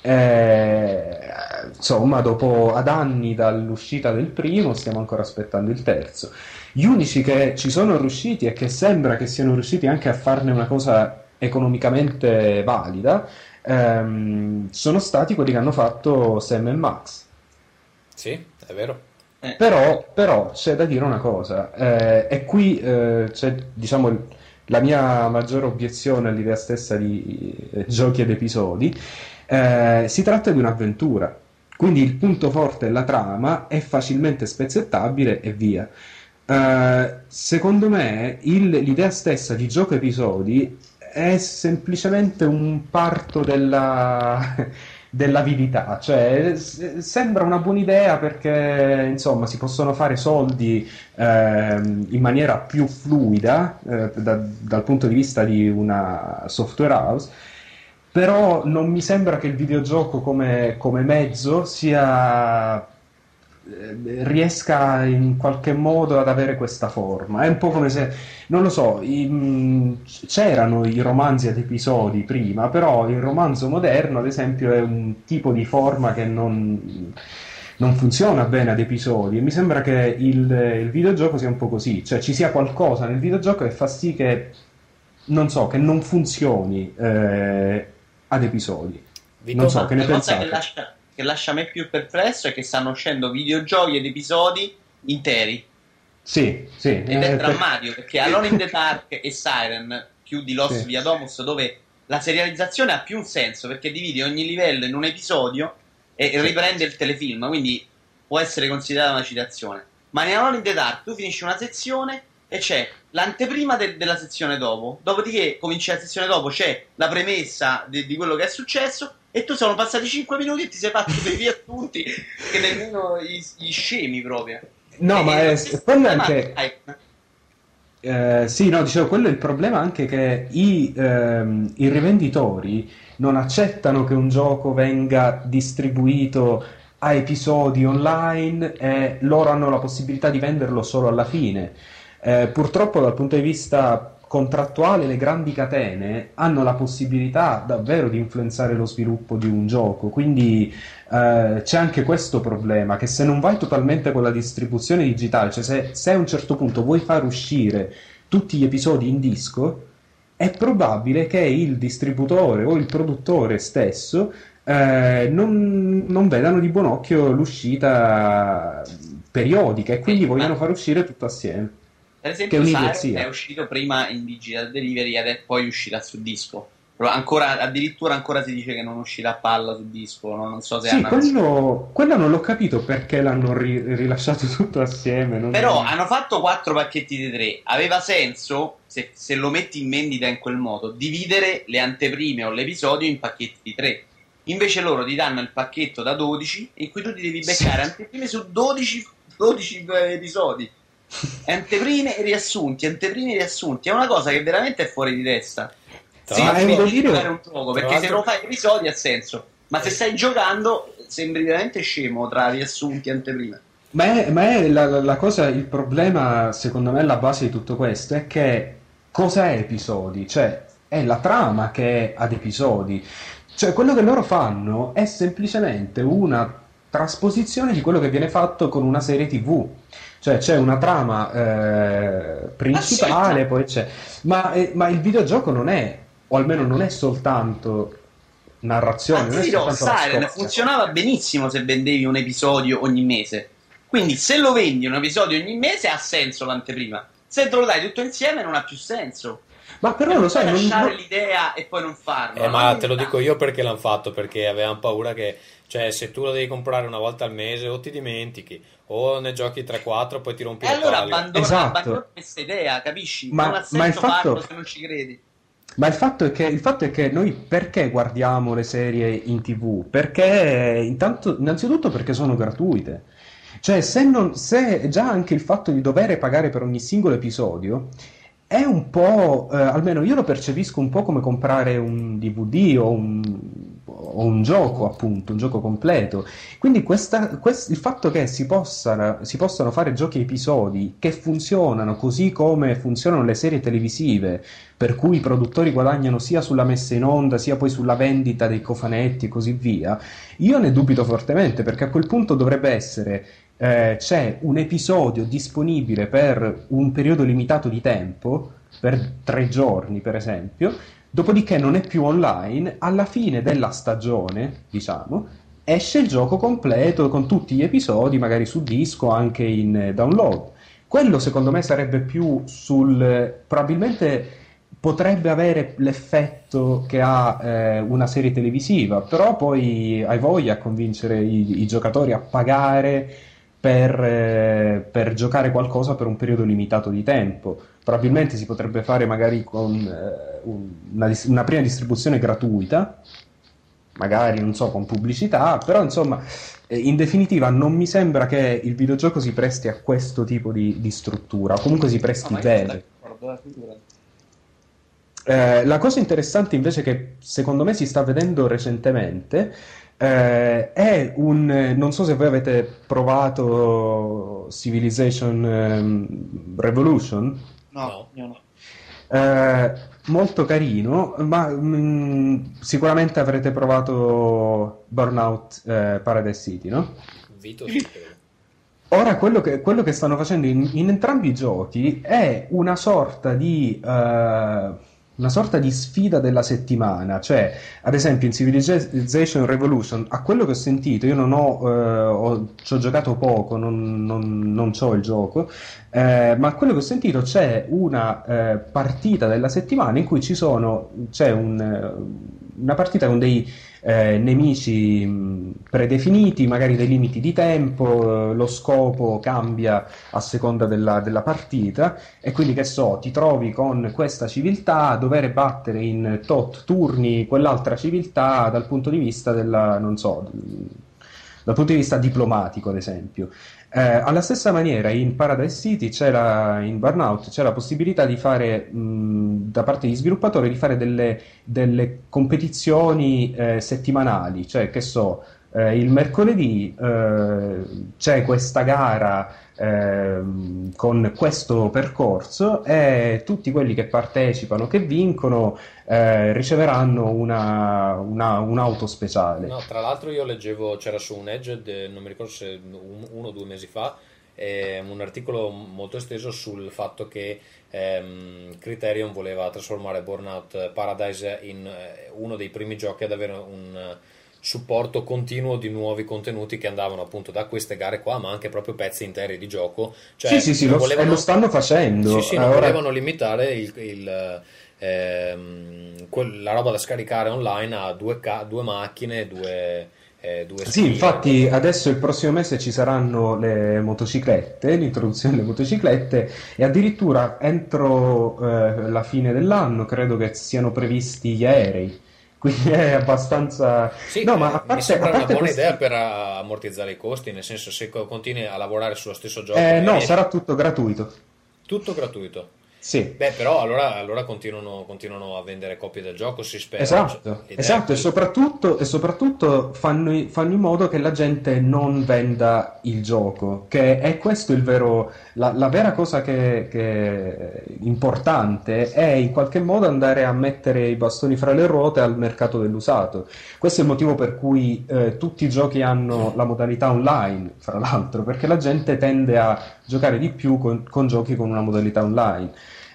Eh, insomma, dopo ad anni dall'uscita del primo, stiamo ancora aspettando il terzo. Gli unici che ci sono riusciti e che sembra che siano riusciti anche a farne una cosa economicamente valida, ehm, sono stati quelli che hanno fatto Sam e Max. Sì, è vero. Eh, Però, però c'è da dire una cosa, eh, e qui eh, c'è, diciamo, il- la mia maggiore obiezione all'idea stessa di eh, giochi ed episodi. Eh, si tratta di un'avventura, quindi il punto forte della trama è facilmente spezzettabile e via. Eh, secondo me il- l'idea stessa di gioco episodi è semplicemente un parto della, dell'avidità, cioè s- sembra una buona idea perché insomma si possono fare soldi ehm, in maniera più fluida eh, da- dal punto di vista di una software house, però non mi sembra che il videogioco come, come mezzo sia eh, riesca in qualche modo ad avere questa forma. È un po' come se, non lo so, i- mh, c'erano i romanzi ad episodi prima, però il romanzo moderno, ad esempio, è un tipo di forma che non, non funziona bene ad episodi, e mi sembra che il, il videogioco sia un po' così, cioè ci sia qualcosa nel videogioco che fa sì che, non so, che non funzioni eh, ad episodi. Non so, Vito? che ne la cosa che pensate? lascia, che lascia me più perplesso è che stanno uscendo videogiochi ed episodi interi. Sì, sì, Ed è eh, per- drammatico perché Alone in the Dark e Siren, più di Lost sì. via Domus, dove la serializzazione ha più un senso perché dividi ogni livello in un episodio e Sì. riprende il telefilm, quindi può essere considerata una citazione. Ma in Alone in the Dark tu finisci una sezione e c'è l'anteprima de- della sezione dopo, dopodiché comincia la sezione dopo, c'è la premessa de- di quello che è successo, e tu sono passati cinque minuti e ti sei fatto dei riassunti che nemmeno gli, gli scemi proprio. No, e, ma e è, quello è anche... Dai, Eh, sì, no, dicevo, quello è il problema anche che i, ehm, i rivenditori non accettano che un gioco venga distribuito a episodi online e loro hanno la possibilità di venderlo solo alla fine. Eh, purtroppo dal punto di vista contrattuale le grandi catene hanno la possibilità davvero di influenzare lo sviluppo di un gioco, quindi eh, c'è anche questo problema, che se non vai totalmente con la distribuzione digitale, cioè se, se a un certo punto vuoi far uscire tutti gli episodi in disco, è probabile che il distributore o il produttore stesso eh, non, non vedano di buon occhio l'uscita periodica e quindi vogliono far uscire tutto assieme. Per Che è esempio, Siren un'idiozia. è uscito prima in digital delivery ed è poi uscirà su disco. Però ancora, addirittura ancora si dice che non uscirà a palla su disco. Non, non so se Sì, hanno... quello, quello non l'ho capito perché l'hanno ri- rilasciato tutto assieme. non- Però hanno fatto quattro pacchetti di tre. Aveva senso, se, se lo metti in vendita in quel modo, dividere le anteprime o l'episodio in pacchetti di tre. Invece loro ti danno il pacchetto da dodici in cui tu ti devi beccare anteprime su dodici, dodici episodi. Anteprime e riassunti, anteprime e riassunti. È una cosa che veramente è fuori di testa. Tra Sì, l'altro- devi dire- giocare un gioco, tra perché se l'altro- lo fai episodi ha senso. Ma se stai giocando sembri veramente scemo tra riassunti e anteprime. Ma è, ma è la, la- la cosa, il problema, secondo me, alla base di tutto questo è che cosa è episodi? Cioè, è la trama che è ad episodi. Cioè, quello che loro fanno è semplicemente una trasposizione di quello che viene fatto con una serie T V. Cioè, c'è una trama eh, principale, Ah, sì. poi c'è... Ma, eh, ma il videogioco non è, o almeno non è soltanto narrazione, Ma non ti è dirò, soltanto la Siren storia. funzionava benissimo se vendevi un episodio ogni mese. Quindi se lo vendi un episodio ogni mese ha senso l'anteprima. Se te lo dai tutto insieme non ha più senso. Ma però Non lo sai, puoi non, lasciare non- l'idea e poi non farlo. Eh, ma No, te lo no. dico io perché l'hanno fatto, perché avevano paura che, cioè, se tu lo devi comprare una volta al mese o ti dimentichi, o ne giochi tre quattro, poi ti rompi E le allora palle. abbandona, Esatto. abbandona questa idea, capisci? Ma- non ha ma senso il fatto- farlo se non ci credi. Ma il fatto è che, il fatto è che noi perché guardiamo le serie in T V? Perché intanto, innanzitutto perché sono gratuite. Cioè, se, non, se già anche il fatto di dover pagare per ogni singolo episodio è un po', eh, almeno io lo percepisco un po' come comprare un D V D o un, o un gioco, appunto, un gioco completo. Quindi questa, quest- il fatto che si possano, si possano fare giochi a episodi che funzionano così come funzionano le serie televisive, per cui i produttori guadagnano sia sulla messa in onda, sia poi sulla vendita dei cofanetti e così via, io ne dubito fortemente, perché a quel punto dovrebbe essere eh, c'è un episodio disponibile per un periodo limitato di tempo, per tre giorni per esempio, dopodiché non è più online, alla fine della stagione, diciamo, esce il gioco completo con tutti gli episodi, magari su disco, anche in eh, download. Quello secondo me sarebbe più sul... probabilmente potrebbe avere l'effetto che ha eh, una serie televisiva, però poi hai voglia a convincere i, i giocatori a pagare per, eh, per giocare qualcosa per un periodo limitato di tempo. Probabilmente si potrebbe fare magari con eh, un- una, dis- una prima distribuzione gratuita, magari non so, con pubblicità, però insomma, eh, in definitiva non mi sembra che il videogioco si presti a questo tipo di, di struttura, o comunque si presti No, ma io sono bene. d'accordo, eh, figurati. Eh, la cosa interessante invece che secondo me si sta vedendo recentemente eh, è un... eh, non so se voi avete provato Civilization ehm, Revolution, No, No. io no. eh, molto carino, ma mm, sicuramente avrete provato Burnout eh, Paradise City, no? Vito sì, credo. Ora, quello che, quello che stanno facendo in, in entrambi i giochi è una sorta di, eh, una sorta di sfida della settimana. Cioè, ad esempio, in Civilization Revolution, a quello che ho sentito, io non ho, eh, ho- ci ho giocato poco, non, non, non c'ho il gioco, eh, ma a quello che ho sentito c'è una eh, partita della settimana in cui ci sono, c'è un, eh, una partita con dei eh, nemici mh, predefiniti, magari dei limiti di tempo, eh, lo scopo cambia a seconda della, della partita e quindi che so, ti trovi con questa civiltà a dover battere in tot turni quell'altra civiltà dal punto di vista della, non so, dal punto di vista diplomatico, ad esempio. Eh, alla stessa maniera in Paradise City c'era, in Burnout c'è la possibilità di fare mh, da parte degli sviluppatori di fare delle, delle competizioni eh, settimanali, cioè che so, eh, il mercoledì eh, c'è questa gara ehm, con questo percorso e tutti quelli che partecipano, che vincono, eh, riceveranno una, una- un'auto speciale. No, tra l'altro io leggevo, c'era su un Edge, de- non mi ricordo se un- uno o due mesi fa, eh, un articolo molto esteso sul fatto che ehm, Criterion voleva trasformare Burnout Paradise in eh, uno dei primi giochi ad avere un eh, supporto continuo di nuovi contenuti che andavano appunto da queste gare qua, ma anche proprio pezzi interi di gioco. Sì, Cioè, sì, sì, non lo, e lo volevano, stanno sì, facendo. sì, Eh, non Ora, volevano limitare il, il, ehm, quel- la roba da scaricare online a due, ca- due macchine, due, eh, due sì, skill. infatti adesso il prossimo mese ci saranno le motociclette, l'introduzione delle motociclette e addirittura entro eh, la fine dell'anno credo che siano previsti gli aerei. Quindi è abbastanza... Sì, No, ma eh, a mi parte, a sembra una parte buona idea questi... per ah, ammortizzare i costi, nel senso se co- continui a lavorare sullo stesso gioco Eh, e no, riesci, sarà tutto gratuito. tutto gratuito. Sì. Beh, però allora, allora continuano, continuano a vendere copie del gioco, si spera. Cioè, Esatto, l'idea è esatto, e quella. soprattutto, e soprattutto fanno, fanno in modo che la gente non venda il gioco, che è questo il vero, la, la vera cosa che, che è importante è in qualche modo andare a mettere i bastoni fra le ruote al mercato dell'usato. Questo è il motivo per cui eh, tutti i giochi hanno la modalità online, fra l'altro, perché la gente tende a giocare di più con, con giochi con una modalità online.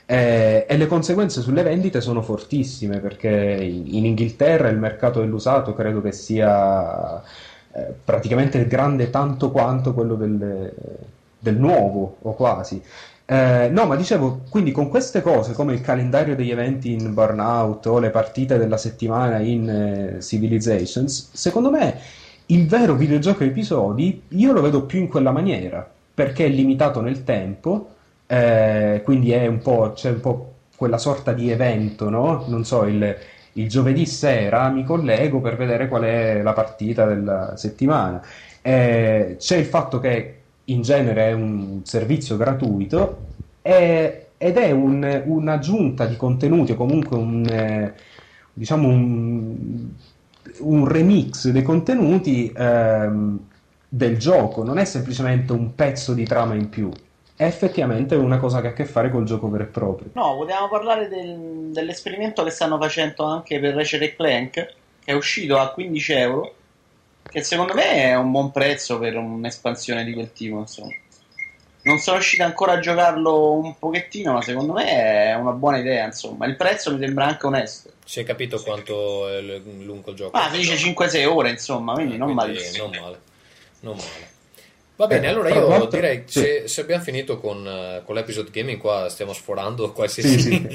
Eh, e le conseguenze sulle vendite sono fortissime perché in, in Inghilterra il mercato dell'usato credo che sia eh, praticamente grande tanto quanto quello del, del nuovo o quasi. Eh, no, ma dicevo, quindi con queste cose come il calendario degli eventi in Burnout o le partite della settimana in eh, Civilizations, secondo me il vero videogioco a episodi io lo vedo più in quella maniera perché è limitato nel tempo, eh, quindi è un po', c'è un po' quella sorta di evento, no? Non so, il, il giovedì sera mi collego per vedere qual è la partita della settimana. Eh, c'è il fatto che in genere è un servizio gratuito e- ed è un- un'aggiunta di contenuti o comunque un, eh, diciamo un, un remix dei contenuti ehm, del gioco, non è semplicemente un pezzo di trama in più, è effettivamente una cosa che ha a che fare col gioco vero e proprio. No, potevamo parlare del- dell'esperimento che stanno facendo anche per Ratchet e Clank, che è uscito a quindici euro, che secondo me è un buon prezzo per un'espansione di quel tipo, insomma. Non sono riuscito ancora a giocarlo un pochettino, ma secondo me è una buona idea, insomma. Il prezzo mi sembra anche onesto. Si è capito quanto è l- lungo il gioco? Ma si dice cinque sei ore, insomma, quindi Eh, non quindi malissimo. non male, non male. Va bene, Eh, allora tra io l'altro, direi sì, se, se abbiamo finito con, eh, con l'episode gaming qua stiamo sforando sì, qualsiasi sì.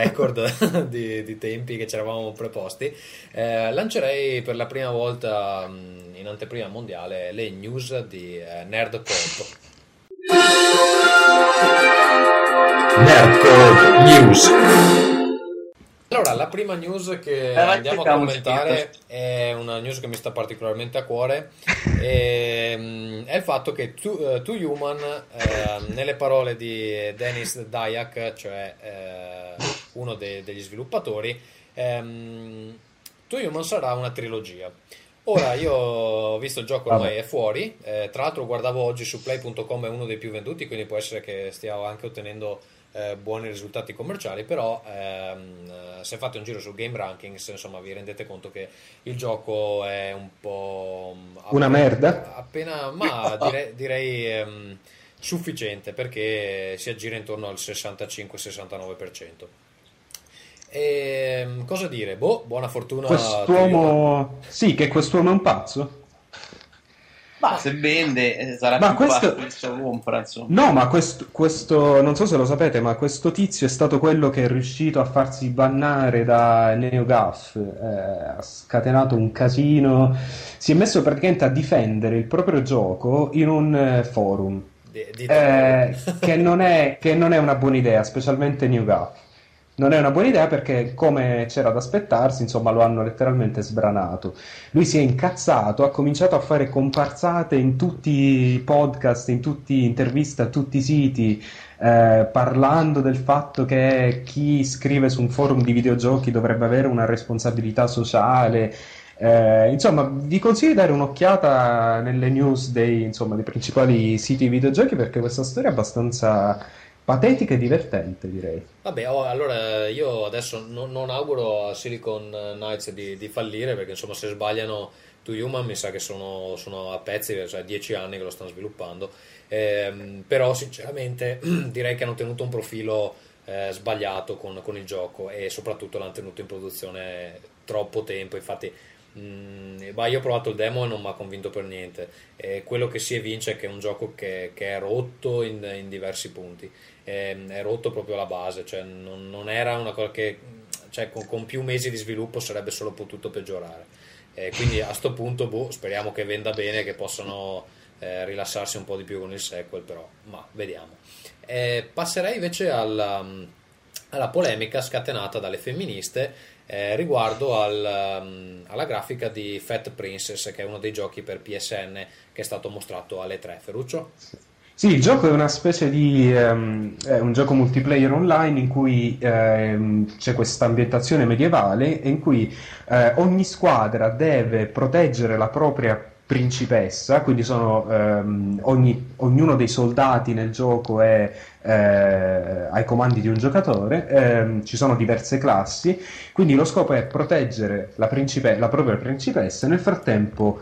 record di, di tempi che ci eravamo preposti. Eh, lancerei per la prima volta mh, in anteprima mondiale le news di eh, Nerd Coop. Nerdcore News. Allora, la prima news che Eh, vai, andiamo a cerchiamo un commentare scritto. è una news che mi sta particolarmente a cuore, e, mm, è il fatto che Two, eh, Two Human, eh, nelle parole di Denis Dyack, cioè eh, uno de- degli sviluppatori, ehm, Two Human sarà una trilogia. Ora, io ho visto il gioco ormai Vabbè. è fuori, eh, tra l'altro guardavo oggi su play punto com, è uno dei più venduti, quindi può essere che stia anche ottenendo eh, buoni risultati commerciali, però ehm, eh, se fate un giro su Game Rankings, insomma, vi rendete conto che il gioco è un po' mm, Una appena, merda? appena ma direi, direi ehm, sufficiente, perché si aggira intorno al sessantacinque sessantanove per cento. E cosa dire? Boh, buona fortuna a Two Human. Quest'uomo, sì, che quest'uomo è un pazzo. Ma se vende eh, sarà Ma più questo- facile che lo compra, insomma. No, ma questo, questo, non so se lo sapete, ma questo tizio è stato quello che è riuscito a farsi bannare da NeoGAF, eh, ha scatenato un casino, si è messo praticamente a difendere il proprio gioco in un eh, forum, Di, di eh, che non è, che non è una buona idea, specialmente NeoGAF. Non è una buona idea perché, come c'era da aspettarsi, insomma, lo hanno letteralmente sbranato. Lui si è incazzato, ha cominciato a fare comparsate in tutti i podcast, in tutte interviste a tutti i siti, eh, parlando del fatto che chi scrive su un forum di videogiochi dovrebbe avere una responsabilità sociale. Eh, insomma, vi consiglio di dare un'occhiata nelle news dei, insomma, dei principali siti di videogiochi perché questa storia è abbastanza patetica e divertente, direi. Vabbè, oh, allora io adesso non, non auguro a Silicon Knights di, di fallire perché insomma se sbagliano To Human mi sa che sono, sono a pezzi, cioè dieci anni che lo stanno sviluppando. Ehm, però sinceramente direi che hanno tenuto un profilo eh, sbagliato con, con il gioco e soprattutto l'hanno tenuto in produzione troppo tempo. Infatti mh, bah, io ho provato il demo e non mi ha convinto per niente. E quello che si evince è che è un gioco che, che è rotto in, in diversi punti. È, è rotto proprio alla base, cioè non, non era una cosa che, cioè, con, con più mesi di sviluppo sarebbe solo potuto peggiorare. E quindi a sto punto boh, speriamo che venda bene, che possano eh, rilassarsi un po' di più con il sequel, però ma vediamo. Eh, passerei invece alla, alla polemica scatenata dalle femministe eh, riguardo al, um, alla grafica di Fat Princess, che è uno dei giochi per P S N che è stato mostrato alle tre. Ferruccio? Sì, il gioco è una specie di ehm, è un gioco multiplayer online in cui ehm, c'è questa ambientazione medievale e in cui eh, ogni squadra deve proteggere la propria principessa, quindi sono ehm, ogni- ognuno dei soldati nel gioco è eh, ai comandi di un giocatore, ehm, ci sono diverse classi, quindi lo scopo è proteggere la, principe- la propria principessa e nel frattempo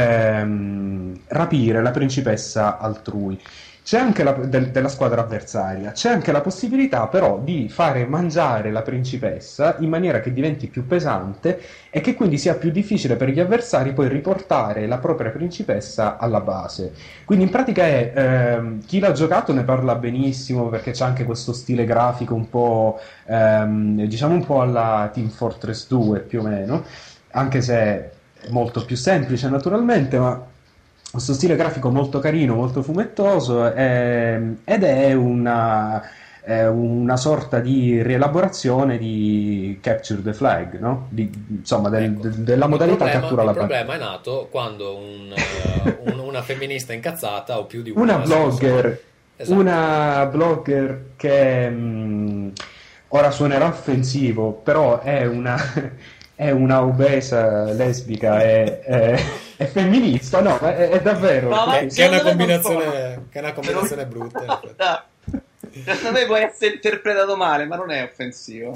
ehm, rapire la principessa altrui. C'è anche la, del- della squadra avversaria, c'è anche la possibilità però di fare mangiare la principessa in maniera che diventi più pesante e che quindi sia più difficile per gli avversari poi riportare la propria principessa alla base. Quindi in pratica è, ehm, chi l'ha giocato ne parla benissimo perché c'è anche questo stile grafico un po', ehm, diciamo un po' alla Team Fortress due più o meno, anche se è molto più semplice naturalmente, ma questo stile grafico molto carino, molto fumettoso, ehm, ed è una, è una sorta di rielaborazione di Capture the Flag, no? Di- insomma, del- Ecco, de- della il modalità problema, cattura il la problema è nato quando un, eh, un- una femminista incazzata o più di una, Una nel senso- blogger, Esatto. una blogger che mh, ora suonerà offensivo, però è una, è una obesa lesbica e è, è femminista, no, è, è davvero. No, ma- Che, che è una secondo me non combinazione, che è una combinazione brutta. in effetti. No, secondo me può essere interpretato male, ma non è offensivo.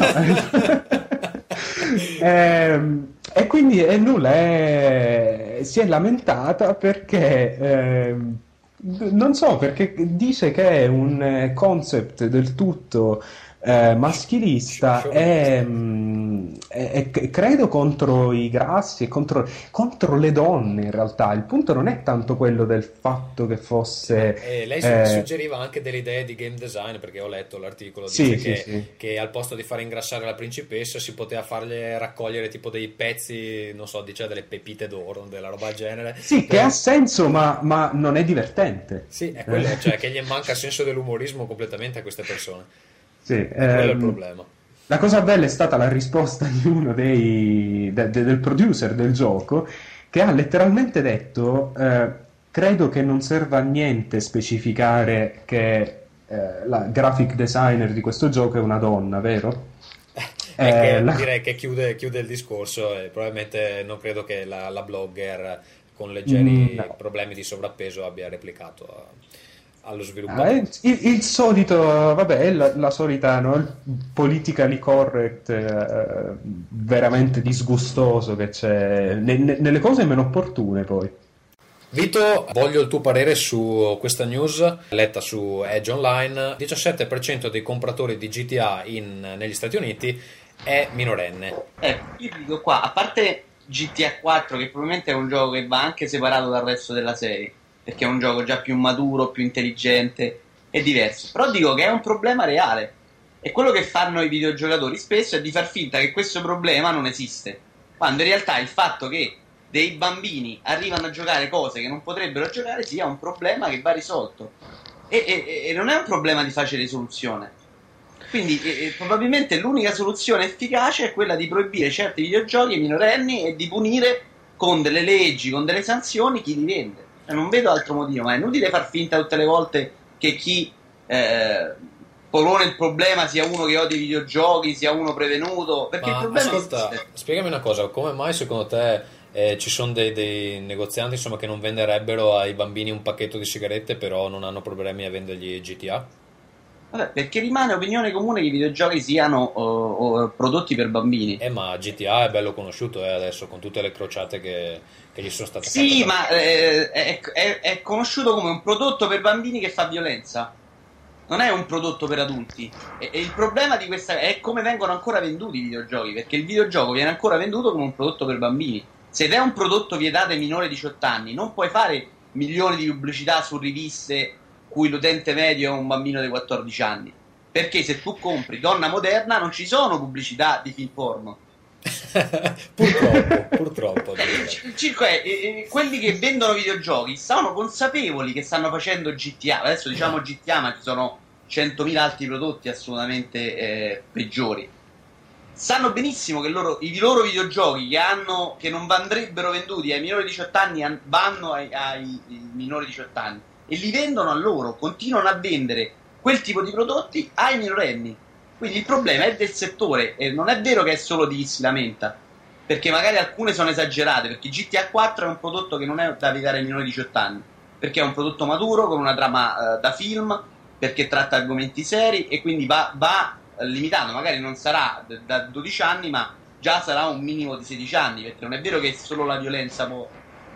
Ehm, e quindi è nulla, è- si è lamentata perché ehm, non so, perché dice che è un eh, concept del tutto eh, maschilista e, mm, e- e credo contro i grassi e contro, contro le donne in realtà. Il punto non è tanto quello del fatto che fosse E lei su- eh, suggeriva anche delle idee di game design, perché ho letto l'articolo, Sì, dice sì, che, sì. che al posto di far ingrassare la principessa si poteva farle raccogliere tipo dei pezzi, non so, dice delle pepite d'oro, della roba del genere. Sì, che Per- ha senso, ma, ma non è divertente. Sì, è quello, cioè che gli manca senso dell'umorismo completamente a queste persone. Sì, Quello è il ehm, problema. la cosa bella è stata la risposta di uno dei, de- de- del producer del gioco che ha letteralmente detto: eh, credo che non serva a niente specificare che eh, la graphic designer di questo gioco è una donna, vero? E Eh, che la- direi che chiude, chiude il discorso e probabilmente non credo che la, la blogger con leggeri Mm, no. problemi di sovrappeso abbia replicato a- allo Ah, sviluppatore. è il, il solito, vabbè, è la, la solita, no? Il politically correct, eh, veramente disgustoso che c'è ne- ne- nelle cose meno opportune poi. Vito, voglio il tuo parere su questa news letta su Edge Online. diciassette per cento dei compratori di G T A in- negli Stati Uniti è minorenne. Eh, io dico qua, a parte G T A quattro, che probabilmente è un gioco che va anche separato dal resto della serie, perché è un gioco già più maturo, più intelligente, è diverso. Però dico che è un problema reale, e quello che fanno i videogiocatori spesso è di far finta che questo problema non esiste, quando in realtà il fatto che dei bambini arrivano a giocare cose che non potrebbero giocare sia un problema che va risolto, e, e, e non è un problema di facile soluzione. Quindi e, e, probabilmente l'unica soluzione efficace è quella di proibire certi videogiochi ai minorenni e di punire con delle leggi, con delle sanzioni chi li vende. Cioè, non vedo altro motivo, ma è inutile far finta tutte le volte che chi eh, pone il problema sia uno che odia i videogiochi, sia uno prevenuto, perché Ma il problema ascolta, esiste. spiegami una cosa, come mai secondo te eh, ci sono dei, dei negozianti insomma, che non venderebbero ai bambini un pacchetto di sigarette, però non hanno problemi a vendergli G T A? Vabbè, perché rimane opinione comune che i videogiochi siano oh, oh, prodotti per bambini. Eh, ma G T A è bello conosciuto eh, adesso, con tutte le crociate che, che gli sono state Sì, fatte. ma eh, è, è- è conosciuto come un prodotto per bambini che fa violenza. Non è un prodotto per adulti. E, e il problema di questa è come vengono ancora venduti i videogiochi, perché il videogioco viene ancora venduto come un prodotto per bambini. Se è un prodotto vietato ai minori di diciotto anni, non puoi fare milioni di pubblicità su riviste cui l'utente medio è un bambino di quattordici anni. Perché se tu compri Donna Moderna non ci sono pubblicità di film porno. Purtroppo, purtroppo. Eh, Il il circo è, eh, eh, quelli che vendono videogiochi sono consapevoli che stanno facendo G T A. Adesso diciamo G T A, ma ci sono centomila altri prodotti assolutamente eh, peggiori. Sanno benissimo che loro, i loro videogiochi che, hanno, che non andrebbero venduti ai minori di diciotto anni an- vanno ai, ai, ai minori di diciotto anni e li vendono a loro, continuano a vendere quel tipo di prodotti ai minorenni. Quindi il problema è del settore, e non è vero che è solo di chi si lamenta, perché magari alcune sono esagerate, perché G T A quattro è un prodotto che non è da vietare ai minori di diciotto anni, perché è un prodotto maturo con una trama eh, da film, perché tratta argomenti seri e quindi va, va eh, limitato, magari non sarà d- da dodici anni, ma già sarà un minimo di sedici anni, perché non è vero che solo la violenza può,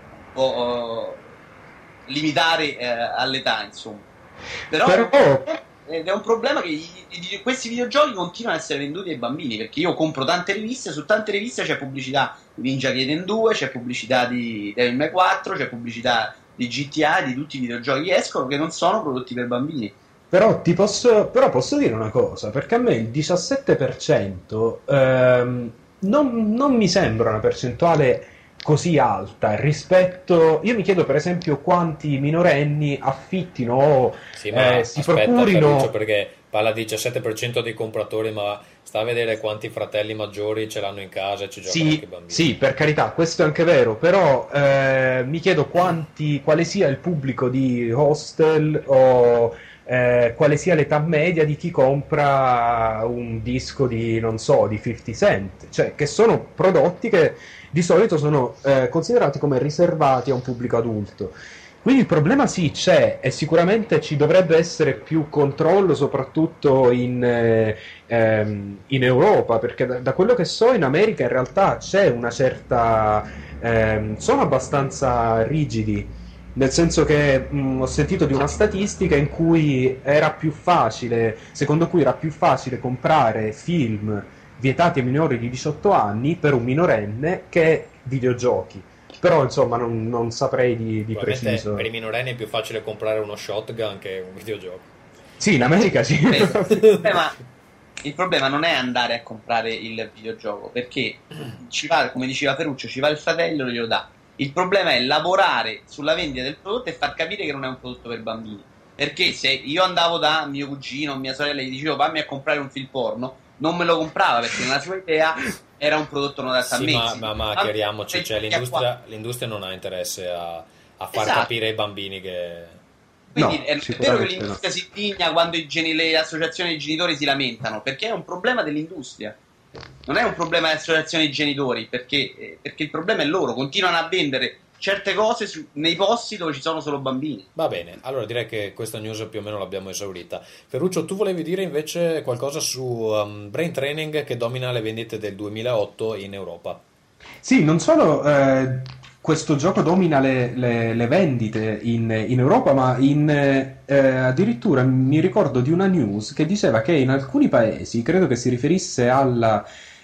può eh, limitare eh, all'età, insomma. Però, Però- ed è un problema che i- i- questi videogiochi continuano ad essere venduti ai bambini, perché io compro tante riviste, su tante riviste c'è pubblicità di Ninja Gaiden due, c'è pubblicità di Devil May quattro, c'è pubblicità di G T A, di tutti i videogiochi che escono che non sono prodotti per bambini. Però, ti posso, però posso dire una cosa, perché a me il diciassette per cento ehm, non, non mi sembra una percentuale così alta rispetto... Io mi chiedo per esempio quanti minorenni affittino o Sì, ma eh, si aspetta, procurino... Ferruccio, perché parla di diciassette per cento dei compratori, ma sta a vedere quanti fratelli maggiori ce l'hanno in casa e ci giocano anche Sì, i bambini. sì, per carità, questo è anche vero, però eh, mi chiedo quanti, quale sia il pubblico di hostel o eh, quale sia l'età media di chi compra un disco di, non so, di cinquanta Cent, cioè che sono prodotti che di solito sono eh, considerati come riservati a un pubblico adulto. Quindi il problema sì c'è e sicuramente ci dovrebbe essere più controllo, soprattutto in, eh, ehm, in Europa, perché da, da quello che so in America in realtà c'è una certa... ehm, sono abbastanza rigidi, nel senso che mh, ho sentito di una statistica in cui era più facile, secondo cui era più facile comprare film vietati ai minori di diciotto anni per un minorenne che videogiochi. Però insomma non, non saprei di, di Probabilmente preciso. per i minorenni è più facile comprare uno shotgun che un videogioco. Sì, in America sì. Eh, il, problema, il problema non è andare a comprare il videogioco, perché ci va, come diceva Ferruccio, ci va il fratello e glielo dà. Il problema è lavorare sulla vendita del prodotto e far capire che non è un prodotto per bambini. Perché se io andavo da mio cugino o mia sorella e gli dicevo vammi a comprare un film porno, non me lo comprava perché nella sua idea era un prodotto non adatto a Sì, me. ma, Sì. ma, ma Ah, chiariamoci, cioè, perché l'industria, qua- l'industria non ha interesse a, a far Esatto. capire ai bambini che... Quindi No, è, è vero che sicuramente l'industria si indigna quando i geni- le associazioni dei genitori si lamentano, perché è un problema dell'industria. Non è un problema delle associazioni dei genitori, perché, eh, perché il problema è loro, continuano a vendere certe cose su- nei posti dove ci sono solo bambini. Va bene, allora direi che questa news più o meno l'abbiamo esaurita. Ferruccio, tu volevi dire invece qualcosa su um, Brain Training che domina le vendite del duemilaotto in Europa. Sì, non solo eh, questo gioco domina le, le- le vendite in, in Europa, ma in, eh, addirittura mi ricordo di una news che diceva che in alcuni paesi, credo che si riferisse alla,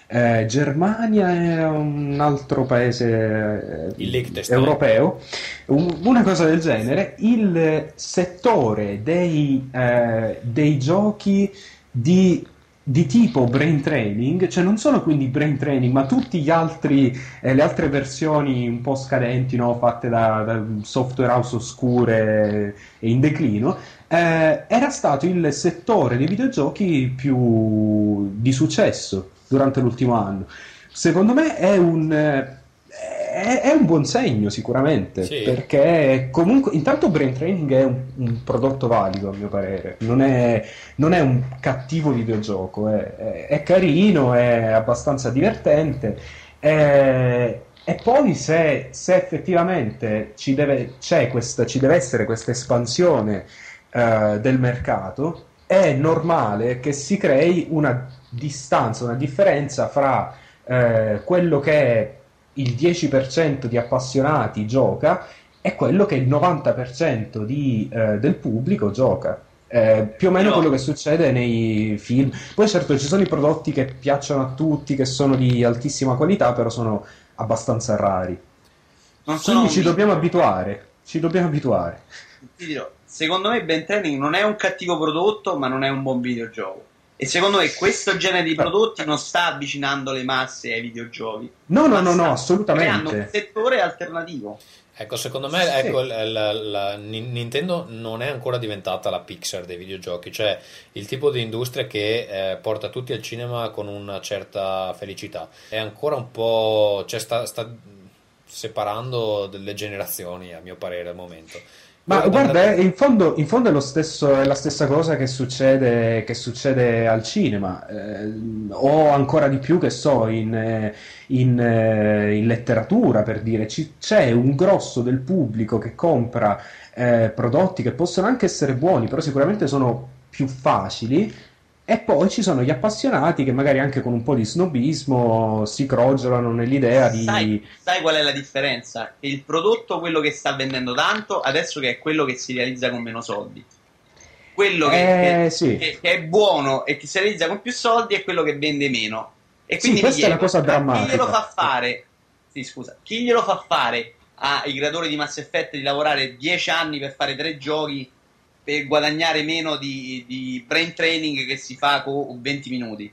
eh, Germania e un altro paese Il eh, Liechtenstein. europeo, un- una cosa del genere. Il settore dei, eh, dei giochi di, di tipo brain training, cioè non solo quindi brain training, ma tutti gli altri, eh, le altre versioni un po' scadenti, no, fatte da, da software house oscure e in declino, eh, era stato il settore dei videogiochi più di successo durante l'ultimo anno. Secondo me è un, eh, è, è un buon segno sicuramente, Sì. perché comunque intanto Brain Training è un, un prodotto valido a mio parere, non è, non è un cattivo videogioco, è, è- è carino, è abbastanza divertente. eh, e poi se, se effettivamente ci deve, c'è questa, ci deve essere questa espansione eh, del mercato, è normale che si crei una distanza, una differenza fra eh, quello che è il dieci per cento di appassionati gioca e quello che il novanta per cento di, eh, del pubblico gioca. Eh, più o meno Io- quello che succede nei film. Poi certo ci sono i prodotti che piacciono a tutti, che sono di altissima qualità, però sono abbastanza rari. non sono Quindi ci convinto. dobbiamo abituare, ci dobbiamo abituare. Ti dirò, secondo me Ben Training non è un cattivo prodotto, ma non è un buon videogioco. E secondo me questo genere di prodotti non sta avvicinando le masse ai videogiochi. No, no, ma no, no, sta creando un assolutamente. settore alternativo. Ecco, secondo me Sì. ecco, la- la- la- Ni- Nintendo non è ancora diventata la Pixar dei videogiochi, cioè il tipo di industria che eh, porta tutti al cinema con una certa felicità. È ancora un po', cioè sta, sta separando delle generazioni, a mio parere, al momento. Ma Poi guarda, andare- eh, in fondo, in fondo è lo stesso, è la stessa cosa che succede, che succede al cinema, eh, o ancora di più che so, in, eh, in, eh, in letteratura, per dire. Ci- c'è un grosso del pubblico che compra eh, prodotti che possono anche essere buoni, però sicuramente sono più facili, e poi ci sono gli appassionati che magari anche con un po' di snobismo si crogiolano nell'idea di... Sai, sai qual è la differenza? Che il prodotto, quello che sta vendendo tanto, adesso che è quello che si realizza con meno soldi. Quello che, Eh, che- sì. che- che è buono e che si realizza con più soldi è quello che vende meno. E Sì, quindi mi questa è la chiedo, cosa ma chi drammatica. glielo fa fare? Sì, scusa, chi glielo fa fare ai creatori di Mass Effect di lavorare dieci anni per fare tre giochi per guadagnare meno di, di brain training che si fa con venti minuti?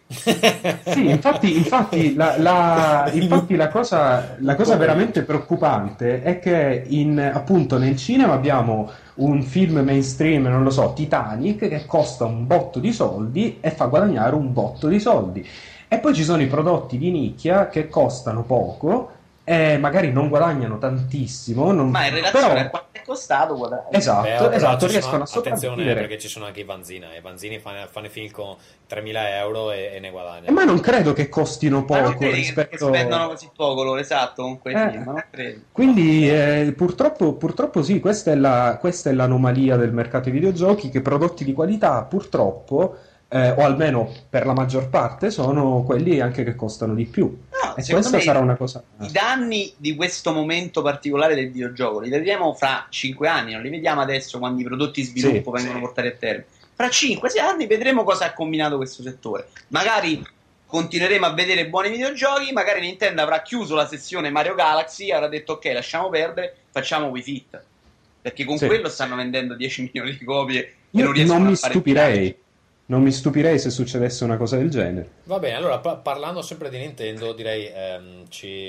Sì, infatti, infatti, la, la- infatti la cosa, la cosa veramente preoccupante è che in, appunto nel cinema abbiamo un film mainstream, non lo so, Titanic, che costa un botto di soldi e fa guadagnare un botto di soldi. E poi ci sono i prodotti di nicchia che costano poco e magari non guadagnano tantissimo, non- Ma in relazione però... a quanto è costato, guadagna. Esatto, Beh, però esatto, ci riescono sono- a attenzione sopravvivere. perché ci sono anche i Vanzina, e i Vanzini fanno, fanno i film con tremila euro e, e ne Eh, guadagnano. Ma non credo che costino Ma non poco credi che- che rispetto... spendono così poco loro, esatto, con quei Eh, film, non credo. Quindi eh, purtroppo, purtroppo sì, questa è la- questa è l'anomalia del mercato dei videogiochi, che prodotti di qualità purtroppo, eh, o almeno per la maggior parte, sono quelli anche che costano di più. No, E secondo questa me sarà una cosa... i danni di questo momento particolare del videogioco li vedremo fra cinque anni, non li vediamo adesso quando i prodotti di sviluppo Sì, vengono sì. portati a termine. Fra cinque sei anni vedremo cosa ha combinato questo settore. Magari continueremo a vedere buoni videogiochi, magari Nintendo avrà chiuso la sessione Mario Galaxy e avrà detto ok, lasciamo perdere, facciamo Wii Fit. Perché con Sì. quello stanno vendendo dieci milioni di copie e Io non riescono non mi a fare stupirei, non mi stupirei se succedesse una cosa del genere. Va bene, allora pa- parlando sempre di Nintendo, direi ehm,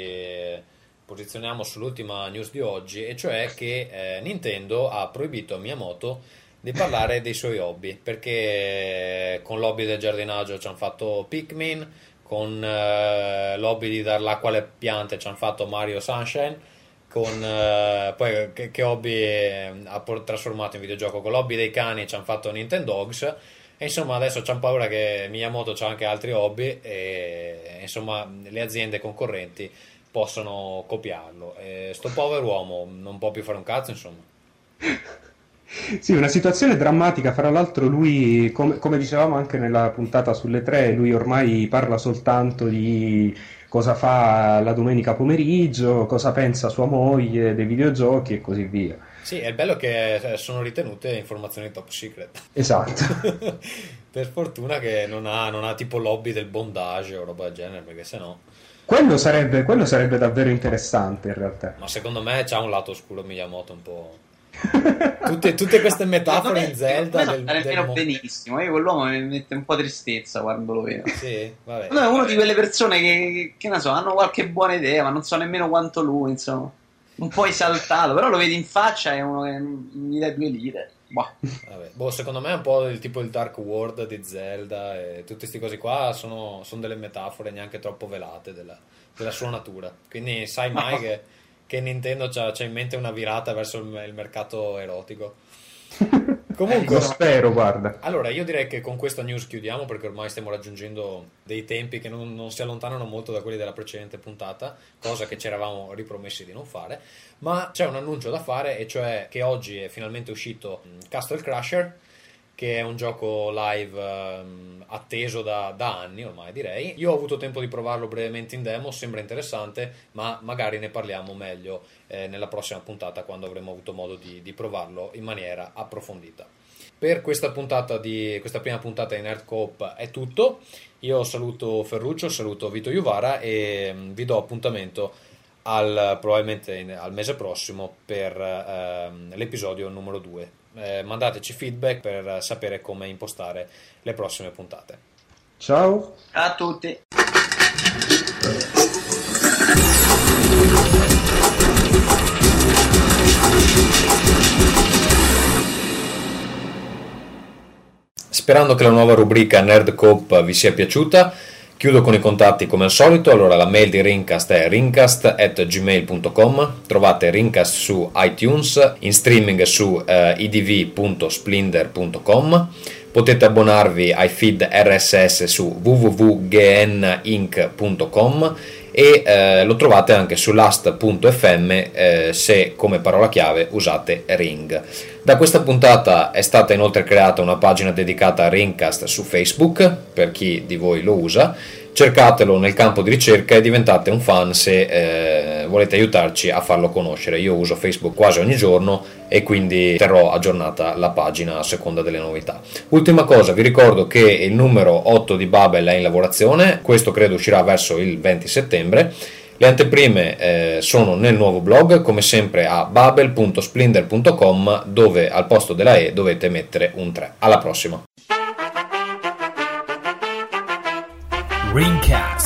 ci posizioniamo sull'ultima news di oggi, e cioè che eh, Nintendo ha proibito a Miyamoto di parlare dei suoi hobby, perché con l'hobby del giardinaggio ci hanno fatto Pikmin, con eh, l'hobby di dar l'acqua alle piante ci hanno fatto Mario Sunshine, con eh, poi che, che hobby eh, ha por- trasformato in videogioco, con l'hobby dei cani ci hanno fatto Nintendogs. E insomma adesso c'hanno paura che Miyamoto c'ha anche altri hobby e insomma le aziende concorrenti possono copiarlo. E sto povero uomo non può più fare un cazzo, insomma. Sì, una situazione drammatica. Fra l'altro lui, come, come dicevamo anche nella puntata sulle tre, lui ormai parla soltanto di cosa fa la domenica pomeriggio, cosa pensa sua moglie dei videogiochi e così via. Sì, è bello che sono ritenute informazioni top secret. Esatto. Per fortuna che non ha, non ha tipo lobby del bondage o roba del genere, perché sennò... Quello sarebbe, quello sarebbe davvero interessante in realtà. Ma secondo me c'ha un lato oscuro Miyamoto un po'... Tutte, tutte queste metafore in Zelda del, del nemmeno mo- benissimo. Io quell'uomo mi mette un po' tristezza quando lo vedo. Sì, vabbè. No, è uno di quelle persone che, che ne so, hanno qualche buona idea, ma non so nemmeno quanto lui, insomma. Un po' esaltato, però lo vedi in faccia, è uno che mi dà due lire. Boh. Vabbè. Boh, secondo me è un po' il tipo il Dark World di Zelda e tutte queste cose qua sono, sono delle metafore neanche troppo velate della, della sua natura. Quindi sai mai che, che Nintendo c'ha, c'ha in mente una virata verso il, il mercato erotico. Comunque, lo spero, guarda. Allora, io direi che con questa news chiudiamo, perché ormai stiamo raggiungendo dei tempi che non, non si allontanano molto da quelli della precedente puntata, cosa che ci eravamo ripromessi di non fare. Ma c'è un annuncio da fare, e cioè che oggi è finalmente uscito Castle Crusher, che è un gioco live um, atteso da, da anni ormai, direi. Io ho avuto tempo di provarlo brevemente in demo, sembra interessante, ma magari ne parliamo meglio eh, nella prossima puntata, quando avremo avuto modo di, di provarlo in maniera approfondita. Per questa puntata di questa prima puntata di Nerd Coop è tutto. Io saluto Ferruccio, saluto Vito Juvara e um, vi do appuntamento al, probabilmente in, al mese prossimo per uh, l'episodio numero due. Eh, mandateci feedback per sapere come impostare le prossime puntate. Ciao a tutti. Sperando che la nuova rubrica Nerd Coop vi sia piaciuta, chiudo con i contatti come al solito. Allora, la mail di Rincast è rincast at gmail punto com, trovate Rincast su iTunes, in streaming su eh, i d v punto splinder punto com, potete abbonarvi ai feed R S S su w w w punto g n inc punto com e eh, lo trovate anche su last punto f m eh, se come parola chiave usate Ring. Da questa puntata è stata inoltre creata una pagina dedicata a Ringcast su Facebook, per chi di voi lo usa. Cercatelo nel campo di ricerca e diventate un fan se eh, volete aiutarci a farlo conoscere. Io uso Facebook quasi ogni giorno e quindi terrò aggiornata la pagina a seconda delle novità. Ultima cosa, vi ricordo che il numero otto di Babel è in lavorazione, questo credo uscirà verso il venti settembre. Le anteprime eh, sono nel nuovo blog, come sempre a babel punto splinder punto com, dove al posto della E dovete mettere un tre. Alla prossima! Ringcast.